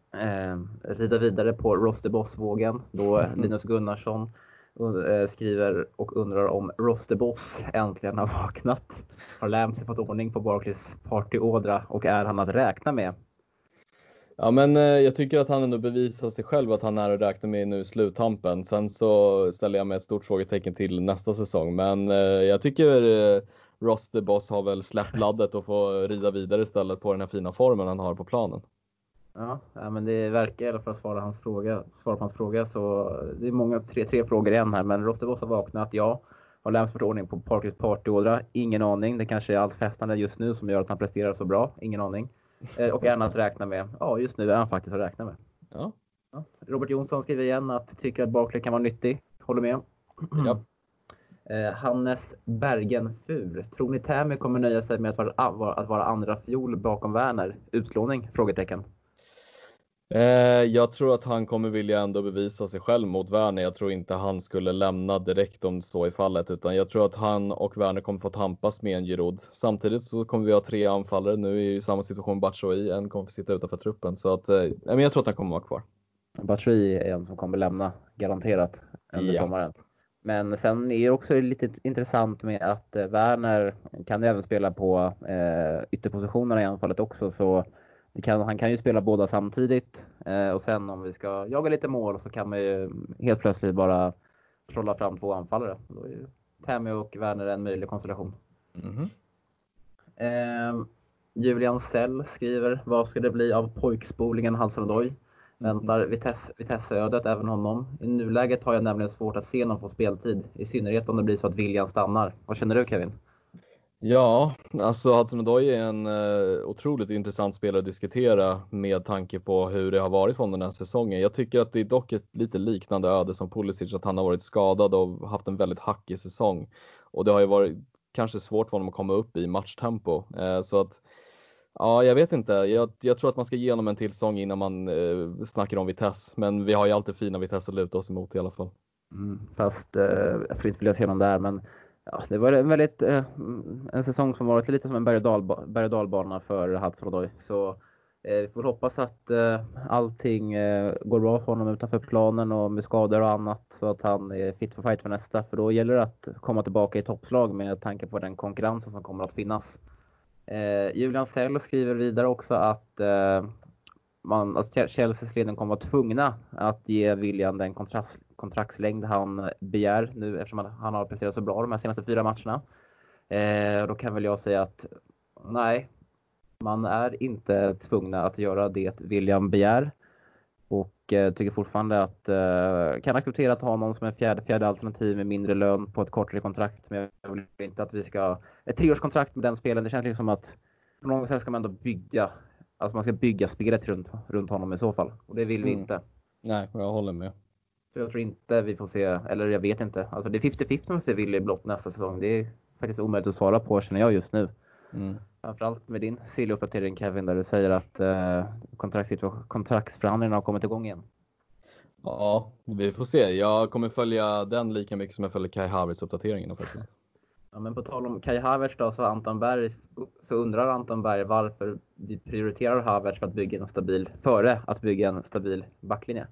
eh, rida vidare på Ross the Boss-vågen då mm. Linus Gunnarsson uh, skriver och undrar om Ross the Boss äntligen har vaknat. Har Lamsey fått ordning på Barclays partyådra och är han att räkna med? Ja, men eh, jag tycker att han ändå bevisar sig själv att han är att räkna med nu i sluttampen. Sen så ställer jag med ett stort frågetecken till nästa säsong. Men eh, jag tycker eh, Ross the Boss har väl släppt laddet och får rida vidare istället på den här fina formen han har på planen. Ja, ja men det verkar i alla fall svara hans fråga, svara på hans fråga. Så det är många, tre, tre frågor igen här. Men Ross the Boss har vaknat, ja. Har Lamsey fått ordning på Barclays partyådra? Ingen aning. Det kanske är allt festande just nu som gör att han presterar så bra. Ingen aning. Och är han att räkna med? Ja, just nu är han faktiskt att räkna med. Ja. Ja. Robert Jonsson skriver igen att tycker att Barkley kan vara nyttig. Håller med. Ja. Eh, Hannes Bergenfur. Tror ni Tammy kommer nöja sig med att vara, att vara andra fjol bakom Werner? Utslåning? Frågetecken. Eh, jag tror att han kommer vilja ändå bevisa sig själv mot Werner. Jag tror inte han skulle lämna direkt om så är fallet. Utan jag tror att han och Werner kommer få tampas med en Giroud. Samtidigt så kommer vi ha tre anfallare. Nu är ju samma situation Batshuayi. En kommer sitta utanför truppen. Så att, eh, men jag tror att han kommer vara kvar. Batshuayi är en som kommer lämna garanterat under ja. sommaren. Men sen är det också lite intressant med att eh, Werner kan även spela på eh, ytterpositionerna i anfallet också. Så det kan, han kan ju spela båda samtidigt. Eh, och sen om vi ska jaga lite mål så kan man ju helt plötsligt bara trolla fram två anfallare. Då är ju Tammy och Werner en möjlig konstellation. Mm-hmm. Eh, Julian Sell skriver: vad ska det bli av pojkspolingen Hudson-Odoi? Väntar Vitesse, Vitesse-ödet även honom. I nuläget har jag nämligen svårt att se någon få speltid. I synnerhet om det blir så att William stannar. Vad känner du, Kevin? Ja, alltså Hudson-Odoi är en uh, otroligt intressant spelare att diskutera med tanke på hur det har varit från den här säsongen. Jag tycker att det är dock ett lite liknande öde som Pulisic, att han har varit skadad och haft en väldigt hackig säsong. Och det har ju varit kanske svårt för honom att komma upp i matchtempo. Uh, så att ja, jag vet inte. Jag, jag tror att man ska ge honom en till säsong innan man eh, snackar om Vitesse. Men vi har ju alltid fina Vitesse att luta oss emot i alla fall. Mm, fast eh, jag skulle inte vilja se någon där. Men ja, det var en väldigt eh, en säsong som varit lite som en berg- och dalba- berg- och dalbana för Hudson-Odoi. Så eh, vi får hoppas att eh, allting eh, går bra för honom utanför planen och med skador och annat. Så att han är fit för fight för nästa. För då gäller det att komma tillbaka i toppslag med tanke på den konkurrensen som kommer att finnas. Eh, Julian Sell skriver vidare också att, eh, man, att Chelseas ledning kommer att vara tvungna att ge William den kontrakt, kontraktslängd han begär nu eftersom han har presterat så bra de här senaste fyra matcherna. Eh, då kan väl jag säga att nej, man är inte tvungna att göra det William begär. Och eh, tycker fortfarande att eh, kan acceptera att ha någon som en fjärde, fjärde alternativ med mindre lön på ett kortare kontrakt. Men jag vill inte att vi ska ett treårskontrakt med den spelen. Det känns liksom som att på något sätt ska man ändå bygga, alltså man ska bygga spelet runt, runt honom i så fall. Och det vill vi mm. inte. Nej, jag håller med. Så jag tror inte vi får se, eller jag vet inte. Alltså det är femtio femtio som vi ser Willy blott nästa säsong. Det är faktiskt omöjligt att svara på, känner jag just nu. Mm. Framförallt med din silly uppdatering, Kevin, där du säger att eh, kontraktsförhandlingarna har kommit igång igen. Ja, vi får se. Jag kommer följa den lika mycket som jag följer Kai Havertz uppdateringen faktiskt. Ja, men på tal om Kai Havertz då, så Anton Berg, så undrar Anton Berg varför vi prioriterar Havertz för att bygga en stabil, före att bygga en stabil backlinje.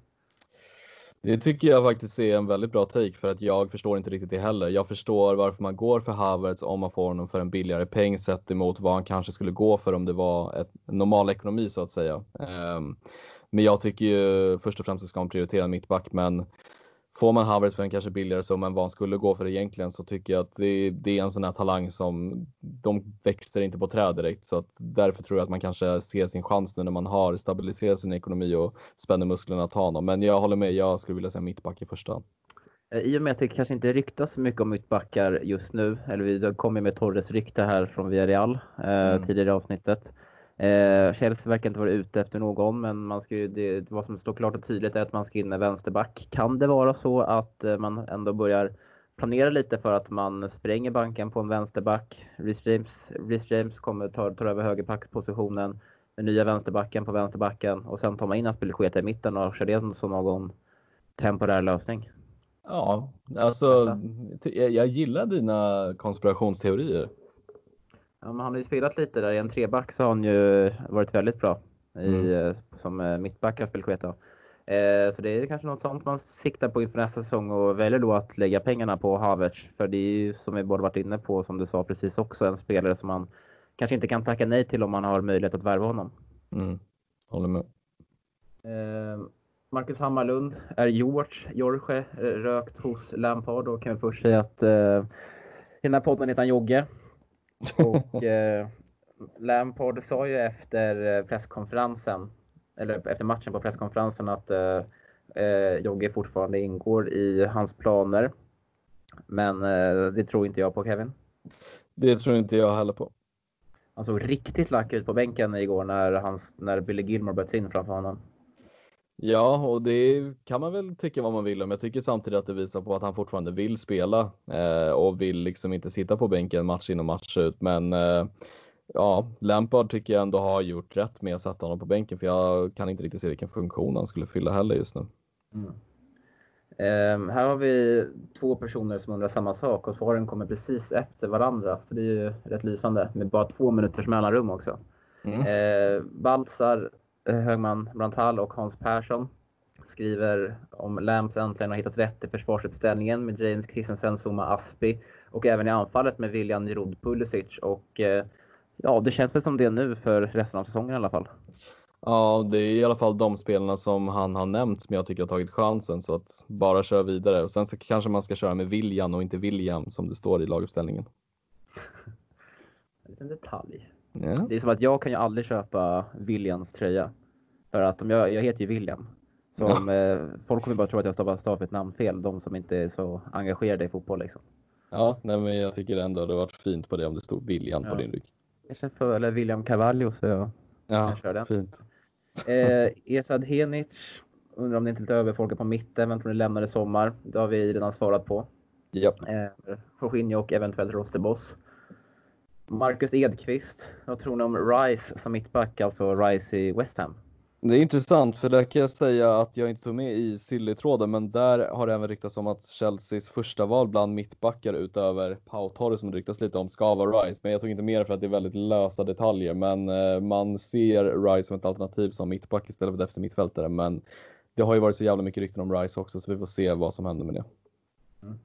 Det tycker jag faktiskt är en väldigt bra take, för att jag förstår inte riktigt det heller. Jag förstår varför man går för Havertz om man får honom för en billigare peng sett emot vad han kanske skulle gå för om det var ett normal ekonomi så att säga. Men jag tycker ju först och främst att ska man prioritera mittback, men får man Havertz för en kanske billigare summa än vad han skulle gå för egentligen, så tycker jag att det, det är en sån här talang som de växer inte på träd direkt. Så att därför tror jag att man kanske ser sin chans nu när man har stabiliserat sin ekonomi och spänner musklerna att ta honom. Men jag håller med, jag skulle vilja säga mittback i första hand. I och med att det kanske inte ryktas så mycket om mittbackar just nu, eller vi kommer med Torres rykte här från Villarreal eh, mm. tidigare i avsnittet. Eh, Chelsea verkar inte vara ute efter någon, men man ska ju, det, vad som står klart och tydligt är att man ska in med vänsterback. Kan det vara så att eh, man ändå börjar planera lite för att man spränger banken på en vänsterback? Reece James, Reece James kommer ta, ta över högerbackspositionen, den nya vänsterbacken på vänsterbacken, och sen tar man in Aspilicueta i mitten och kör det som någon temporär lösning. Ja, alltså jag, jag gillar dina konspirationsteorier. Ja, men han har ju spelat lite där i en treback, så har han ju varit väldigt bra. i, mm. som mittback Azpilicueta. Eh, så det är kanske något sånt man siktar på inför nästa säsong och väljer då att lägga pengarna på Havertz. För det är ju, som vi båda varit inne på, som du sa precis också, en spelare som man kanske inte kan tacka nej till om man har möjlighet att värva honom. Mm. Håller med. Eh, Marcus Hammarlund är George, Jorge rökt hos Lampard, och kan vi först säga att eh, i den här podden heter han Jogge. Och eh, Lampard sa ju efter presskonferensen, eller efter matchen på presskonferensen, att eh, eh, Jogge fortfarande ingår i hans planer. Men eh, det tror inte jag på, Kevin. Det tror inte jag heller på. Han såg riktigt lack ut på bänken igår när, hans, när Billy Gilmore böts in framför honom. Ja, och det kan man väl tycka vad man vill om. Jag tycker samtidigt att det visar på att han fortfarande vill spela eh, och vill liksom inte sitta på bänken match in och match ut. Men eh, ja, Lampard tycker jag ändå har gjort rätt med att sätta honom på bänken, för jag kan inte riktigt se vilken funktion han skulle fylla heller just nu. Mm. Eh, här har vi två personer som undrar samma sak, och svaren kommer precis efter varandra. För det är ju rätt lysande med bara två minuters mellanrum också. Mm. Eh, Baltzar, Högman Branthal och Hans Persson skriver om Lamps äntligen har hittat rätt i försvarsuppställningen med James Christensen, Zuma, Aspi, och även i anfallet med William Giroud, Pulisic. Och eh, ja, det känns väl som det nu för resten av säsongen i alla fall. Ja, det är i alla fall de spelarna som han har nämnt som jag tycker har tagit chansen, så att bara köra vidare. Och sen så kanske man ska köra med William och inte William som det står i laguppställningen. En liten detalj. Ja. Det är som att jag kan ju aldrig köpa Williams tröja. För att om jag, jag heter ju William. Så ja. om, eh, folk kommer bara tro att jag stavar stav ett namn fel. De som inte är så engagerade i fotboll liksom. Ja, nej, men jag tycker ändå det har varit fint på det om det stod William ja. på din rygg. Jag känner för, eller William Carvalho, så jag, ja, jag kör den. Fint. Eh, Esad Henic undrar om det inte är lite överfolkat på mitten. Vem tror ni lämnar i sommar? Det har vi redan svarat på. Ja. Eh, Jorginho och eventuellt Rosterboss. Marcus Edqvist, vad tror ni om Rice som mittback, alltså Rice i West Ham? Det är intressant, för där kan jag säga att jag inte tog med i Silly-tråden, men där har det även ryktats om att Chelseas första val bland mittbackar utöver Pau Torres, som det ryktas lite om, ska vara Rice. Men jag tog inte med för att det är väldigt lösa detaljer, men eh, man ser Rice som ett alternativ som mittback istället för defensiv mittfältare. Men det har ju varit så jävla mycket rykten om Rice också, så vi får se vad som händer med det. Mm.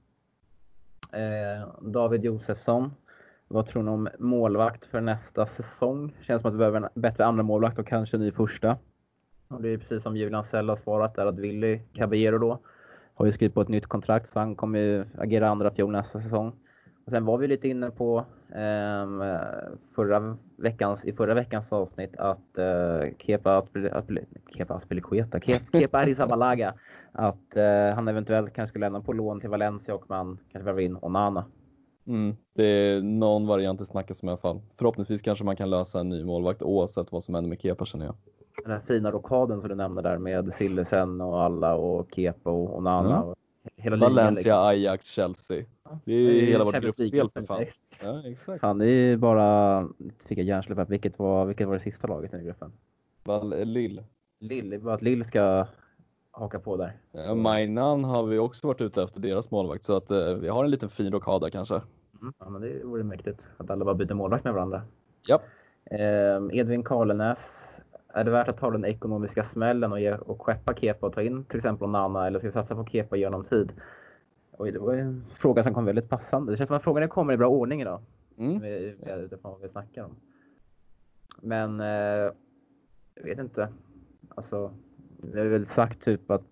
Eh, David Josefsson, vad tror ni om målvakt för nästa säsong? Känns som att vi behöver en bättre andra målvakt och kanske en ny första. Och det är precis som Julian Sell har svarat där, att Willy Caballero då har ju skrivit på ett nytt kontrakt, så han kommer ju agera andra fjol nästa säsong. Och sen var vi lite inne på eh, förra veckans, i förra veckans avsnitt att eh, Kepa Kepa Azpilicueta, Kepa Arrizabalaga, att eh, han eventuellt kanske skulle lämna på lån till Valencia och man kanske värva in Onana. Mm, det är någon variant det snackas om i alla fall. Förhoppningsvis kanske man kan lösa en ny målvakt oavsett vad som händer med Kepa, känner jag. Den här fina rokaden som du nämnde där med Sillesen och alla och Kepa och Onana. Mm. Och hela Valencia, liksom. Ajax, Chelsea. Det är, det är hela vårt gruppspel för fan. Ja, exakt. Fan, det är bara, fick jag hjärnsläpp här. Vilket var, vilket var det sista laget i gruppen? Val, Lille. Lille, det är bara att Lille ska haka på där. Ja, Mainan har vi också varit ute efter deras målvakt, så att eh, vi har en liten fin rokada kanske. Mm. Ja, men det vore mäktigt att alla bara byter målvakt med varandra. Ja. Eh, Edvin Karlenäs. Är det värt att ta den ekonomiska smällen och, ge, och skeppa Kepa och ta in till exempel Onana, eller ska vi satsa på Kepa genom tid? Och det var en fråga som kom väldigt passande. Det känns som att frågan kommer i bra ordning idag. Mm. Utifrån vad vi snackar om. Men eh, jag vet inte. Alltså, vi har väl sagt typ att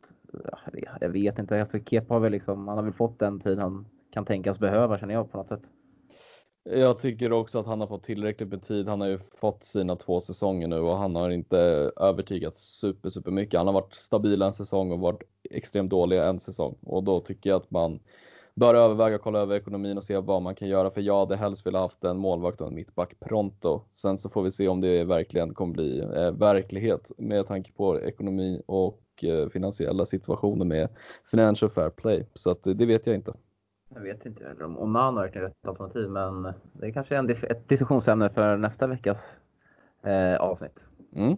jag vet inte. Alltså, Kepa har väl liksom, han har väl fått den tid han kan tänkas behöva, känner jag på något sätt. Jag tycker också att han har fått tillräckligt med tid. Han har ju fått sina två säsonger nu och han har inte övertygat super, super mycket. Han har varit stabil en säsong och varit extremt dålig en säsong. Och då tycker jag att man bör överväga att kolla över ekonomin och se vad man kan göra. För jag hade helst velat haft en målvakt och en mittback pronto. Sen så får vi se om det verkligen kommer bli eh, verklighet med tanke på ekonomi och eh, finansiella situationer med Financial Fair Play. Så att, det vet jag inte. Jag vet inte heller om Onana är rätt alternativ, men det är kanske en, ett diskussionsämne för nästa veckas eh, avsnitt. Mm.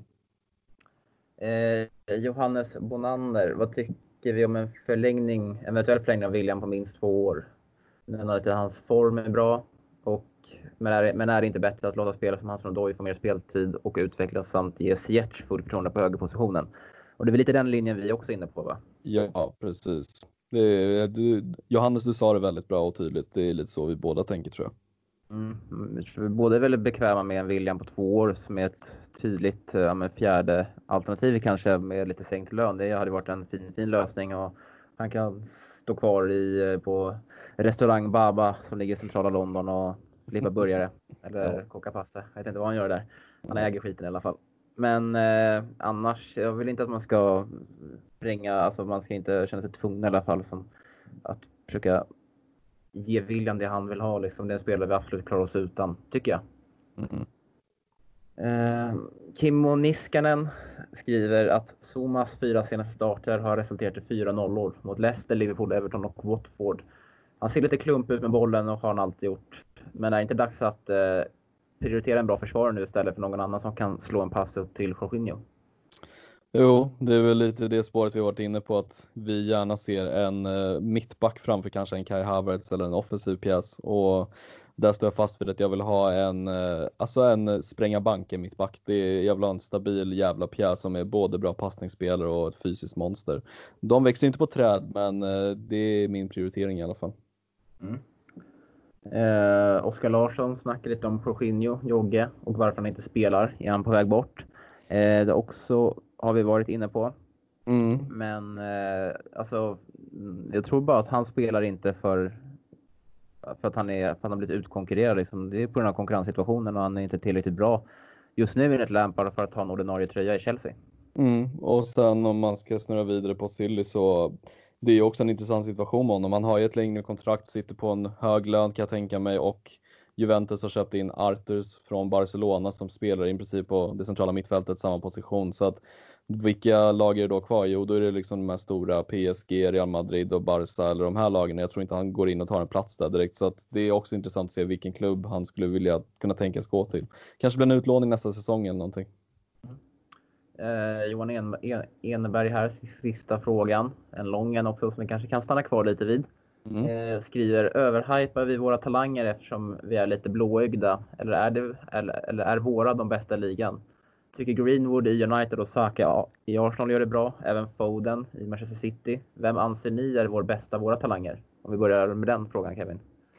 Eh, Johannes Bonander, vad tycker vi om en förlängning, eventuell förlängning av William på minst två år? Men att hans form är bra. Och, men, är, men är det inte bättre att låta spelare som Hudson-Odoi få mer speltid och utvecklas samt ge Ziyech full förtroende på högerpositionen? Och det är väl lite den linjen vi också är inne på, va? Ja, precis. Det är, du, Johannes, du sa det väldigt bra och tydligt. Det är lite så vi båda tänker, tror jag. Mm. Vi båda är väldigt bekväma med en William på två år som är ett tydligt ja, men fjärde alternativ kanske med lite sänkt lön. Det hade varit en fin, fin lösning och han kan stå kvar i, på restaurang Baba som ligger i centrala London och flippa burgare eller ja. koka pasta. Jag vet inte vad han gör där. Han äger skiten i alla fall. Men eh, annars, jag vill inte att man ska springa, alltså man ska inte känna sig tvungen i alla fall som att försöka ge William det han vill ha. Liksom. Det är en spelare vi absolut klarar oss utan, tycker jag. Mm. Eh, Kimmo Niskanen skriver att Zomas fyra senaste starter har resulterat i fyra nollor mot Leicester, Liverpool, Everton och Watford. Han ser lite klump ut med bollen och har han alltid gjort. Men är det inte dags att eh, prioritera en bra försvarare nu istället för någon annan som kan slå en pass upp till Jorginho? Jo, det är väl lite det spåret vi har varit inne på, att vi gärna ser en uh, mittback framför kanske en Kai Havertz eller en offensiv pjäs. Och där står jag fast vid att jag vill ha en, uh, alltså en spränga banken mittback. Det är, jag vill ha en stabil jävla pjäs som är både bra passningsspelare och ett fysiskt monster. De växer inte på träd, men uh, det är min prioritering i alla fall. Mm. Eh, Oskar Larsson snackar lite om Jorginho, Jogge och varför han inte spelar. Är han på väg bort? Eh, det också har vi varit inne på. Mm. Men eh, alltså, jag tror bara att han spelar inte för, för, att, han är, för att han har blivit utkonkurrerad. Liksom. Det är på grund av konkurrenssituationen och han är inte tillräckligt bra. Just nu är det ett Lampard för att ta en ordinarie tröja i Chelsea. Mm. Och sen om man ska snurra vidare på Silly, så det är ju också en intressant situation med honom. Han har ju ett längre kontrakt, sitter på en hög lön kan jag tänka mig, och Juventus har köpt in Arthurs från Barcelona som spelar i princip på det centrala mittfältet, samma position. Så att vilka lag är det då kvar? Jo, då är det liksom de här stora P S G, Real Madrid och Barca eller de här lagen. Jag tror inte han går in och tar en plats där direkt. Så att det är också intressant att se vilken klubb han skulle vilja kunna tänkas gå till. Kanske blir en utlåning nästa säsong eller någonting. Eh, Johan en- en- Enberg här, sista frågan. En lång en också som vi kanske kan stanna kvar lite vid. Mm. Eh, skriver, överhypar vi våra talanger eftersom vi är lite blåögda? Eller är, det, eller, eller är våra de bästa i ligan? Tycker Greenwood i United och Saka i Arsenal gör det bra. Även Foden i Manchester City. Vem anser ni är vår bästa våra talanger? Om vi börjar med den frågan, Kevin.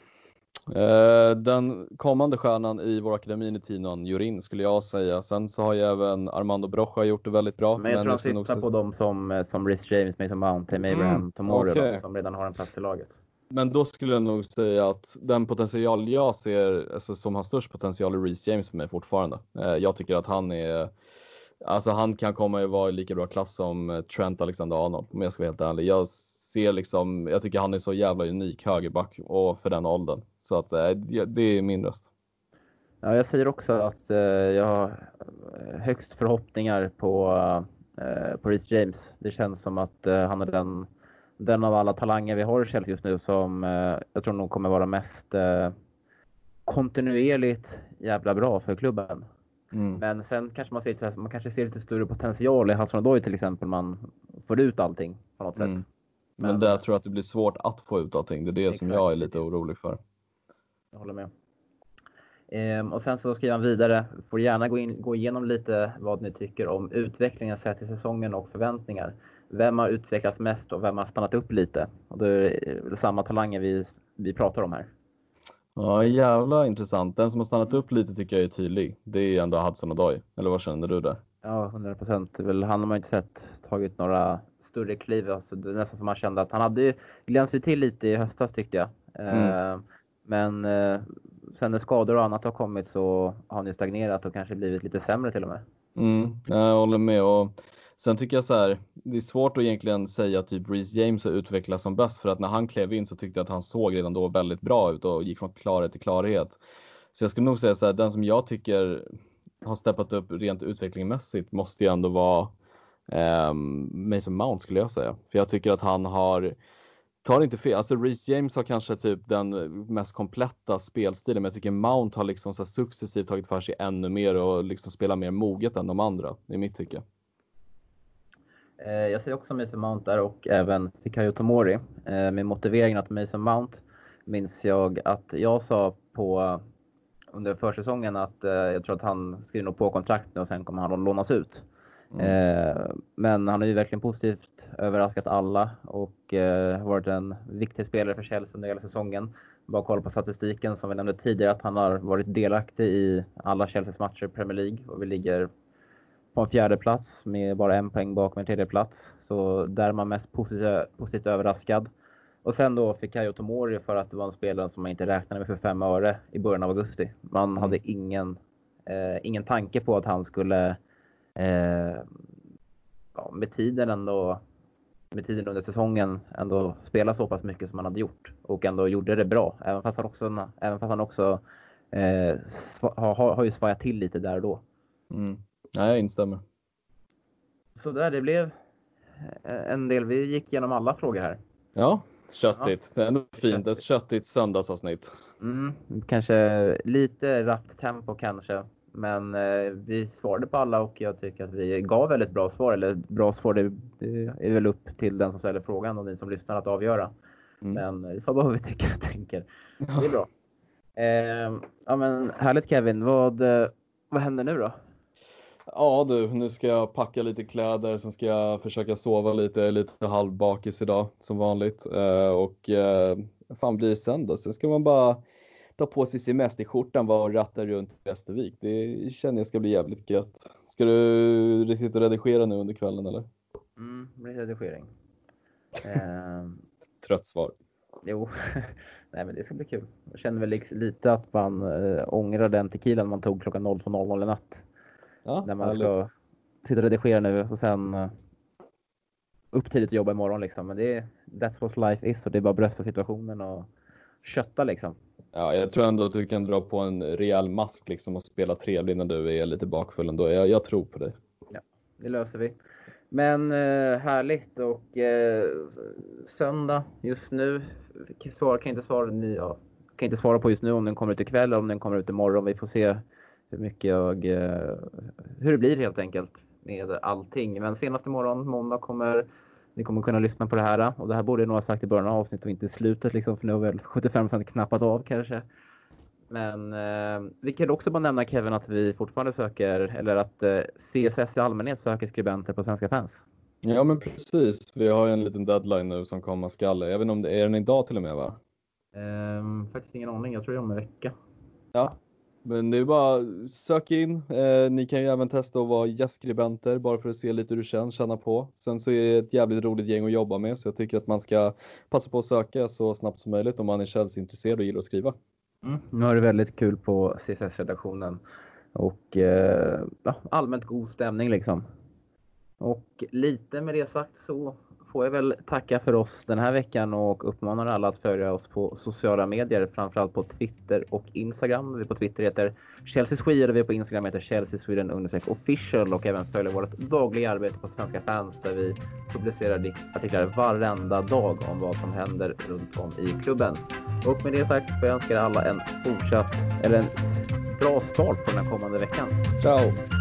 Uh, den kommande stjärnan i vår akademin i Tinon, Jorin, skulle jag säga. Sen så har ju även Armando Brocha gjort det väldigt bra. Men jag men tror han syftar nog... på dem som, som Rhys James, Mason Mount, Tim Abraham, mm, Tomori, okay. Som redan har en plats i laget. Men då skulle jag nog säga att den potential jag ser, alltså, som har störst potential är Rhys James för mig fortfarande. Uh, jag tycker att han är, alltså han kan komma att vara i lika bra klass som Trent Alexander-Arnold, om jag ska vara helt ärlig. Jag ser liksom, jag tycker han är så jävla unik högerback och för den åldern. Så att det är min röst. Ja, jag säger också att eh, jag har högst förhoppningar på, eh, på Rhys James. Det känns som att eh, han är den, den av alla talanger vi har i Chelsea just nu som eh, jag tror nog kommer vara mest eh, kontinuerligt jävla bra för klubben. Mm. Men sen kanske man ser, så här, man kanske ser lite större potential i Hudson-Odoi till exempel. Man får ut allting på något mm. sätt. Men, Men där tror jag att det blir svårt att få ut allting. Det är det exakt, som jag är lite orolig för. Jag håller med. Ehm, och sen så skriver han vidare. Får gärna gå, in, gå igenom lite vad ni tycker om utvecklingen sett i säsongen och förväntningar. Vem har utvecklats mest och vem har stannat upp lite? Och det är samma talanger vi, vi pratar om här. Ja, jävla intressant. Den som har stannat upp lite tycker jag är tydlig. Det är ändå Hudson-Odoi. Eller vad känner du där? Ja, hundra procent. Han har man inte sett tagit några större kliv. Alltså, det är nästan som man kände att han hade glänst till lite i höstas tyckte jag. Mm. Ehm, Men eh, sen när skador och annat har kommit så har ni stagnerat och kanske blivit lite sämre till och med. Mm, jag håller med. Och sen tycker jag så här, det är svårt att egentligen säga att typ Rhys James har utvecklats som bäst. För att när han klev in så tyckte jag att han såg redan då väldigt bra ut och gick från klarhet till klarhet. Så jag skulle nog säga så här, den som jag tycker har steppat upp rent utvecklingsmässigt måste ju ändå vara eh, Mason Mount skulle jag säga. För jag tycker att han har... Tar inte fel. Alltså Rhys James har kanske typ den mest kompletta spelstilen. Men jag tycker Mount har liksom så successivt tagit för sig ännu mer. Och liksom spelar mer moget än de andra. I mitt tycke. Jag ser också Mason Mount där. Och även Fikayo Tomori. Med motiveringen att Mason Mount minns jag att jag sa på under försäsongen att eh, jag tror att han skriver nog på kontrakt nu och sen kommer han att lånas ut. Mm. Eh, men han har ju verkligen positivt överraskat alla och eh, varit en viktig spelare för Chelsea under hela säsongen. Bara kolla på statistiken som vi nämnde tidigare att han har varit delaktig i alla Chelseas matcher i Premier League och vi ligger på en fjärde plats med bara en poäng bakom en tredje plats. Så där är man mest positivt, positivt överraskad. Och sen då fick Kayo Tomori för att det var en spelare som man inte räknade med för fem öre i början av augusti. Man mm. hade ingen, eh, ingen tanke på att han skulle eh, ja, med tiden ändå med tiden under säsongen ändå spela så pass mycket som han hade gjort. Och ändå gjorde det bra. Även fast han också, även fast han också eh, har, har ju svajat till lite där och då. Mm. Ja, jag instämmer. Så där det blev en del. Vi gick igenom alla frågor här. Ja, köttigt. Ja. Det är ändå fint. Ett köttigt söndagsavsnitt. Mm, kanske lite rappt tempo kanske. Men eh, vi svarade på alla och jag tycker att vi gav väldigt bra svar. Eller bra svar, det, det är väl upp till den som ställer frågan och ni som lyssnar att avgöra. Mm. Men vi sa bara vad vi tycker och tänker. Det är bra. Eh, ja men härligt Kevin. Vad, vad händer nu då? Ja du, nu ska jag packa lite kläder, sen ska jag försöka sova lite, lite halvbakis idag som vanligt. Eh, och eh, fan blir det sen då? Sen ska man bara ta på sig semesterskjortan och ratta runt i Västervik. Det känner jag ska bli jävligt gött. Ska du, du sitta och redigera nu under kvällen eller? Mm, det blir redigering. eh, Trött svar. Jo, nej men det ska bli kul. Jag känner väl lite att man äh, ångrar den tequilan man tog klockan noll två noll noll i natt. Ja, när man ska sitta och redigera nu och sen uh, upp tidigt och jobba imorgon liksom. Men det är, that's what life is och det är bara brösta situationen och kötta liksom. Ja, jag tror ändå att du kan dra på en rejäl mask liksom och spela trevlig när du är lite bakfull ändå. Jag, jag tror på dig. Ja, det löser vi. Men uh, härligt och uh, söndag just nu svar, kan inte svara ni, ja, kan inte svara på just nu om den kommer ut ikväll eller om den kommer ut imorgon. Vi får se hur mycket jag uh, hur det blir helt enkelt med allting. Men senast imorgon måndag kommer ni kommer kunna lyssna på det här och det här borde jag nog ha sagt i början av avsnittet och inte i slutet liksom, för nu har väl sjuttiofem procent knappat av kanske. Men eh, vi kan också bara nämna Kevin att vi fortfarande söker, eller att eh, C S S i allmänhet söker skribenter på Svenska Fans. Ja men precis, vi har ju en liten deadline nu som kommer skall. Jag vet inte om det är den idag till och med va? Eh, faktiskt ingen aning, jag tror det är om en vecka. Ja, men det är bara sök in. Eh, ni kan ju även testa att vara gästskribenter bara för att se lite hur det känns, känna på. Sen så är det ett jävligt roligt gäng att jobba med så jag tycker att man ska passa på att söka så snabbt som möjligt om man är Chelsea-intresserad och gillar att skriva. Mm. Nu har det väldigt kul på C S S-redaktionen och eh, ja, allmänt god stämning liksom. Och lite med det sagt så får jag väl tacka för oss den här veckan och uppmanar alla att följa oss på sociala medier, framförallt på Twitter och Instagram. Vi på Twitter heter Chelsea Sweden och vi på Instagram heter Chelsea Sweden understreck official och även följer vårt dagliga arbete på Svenska Fans där vi publicerar artiklar varenda dag om vad som händer runt om i klubben. Och med det sagt får jag önska alla en fortsatt eller en bra start på den här kommande veckan. Ciao!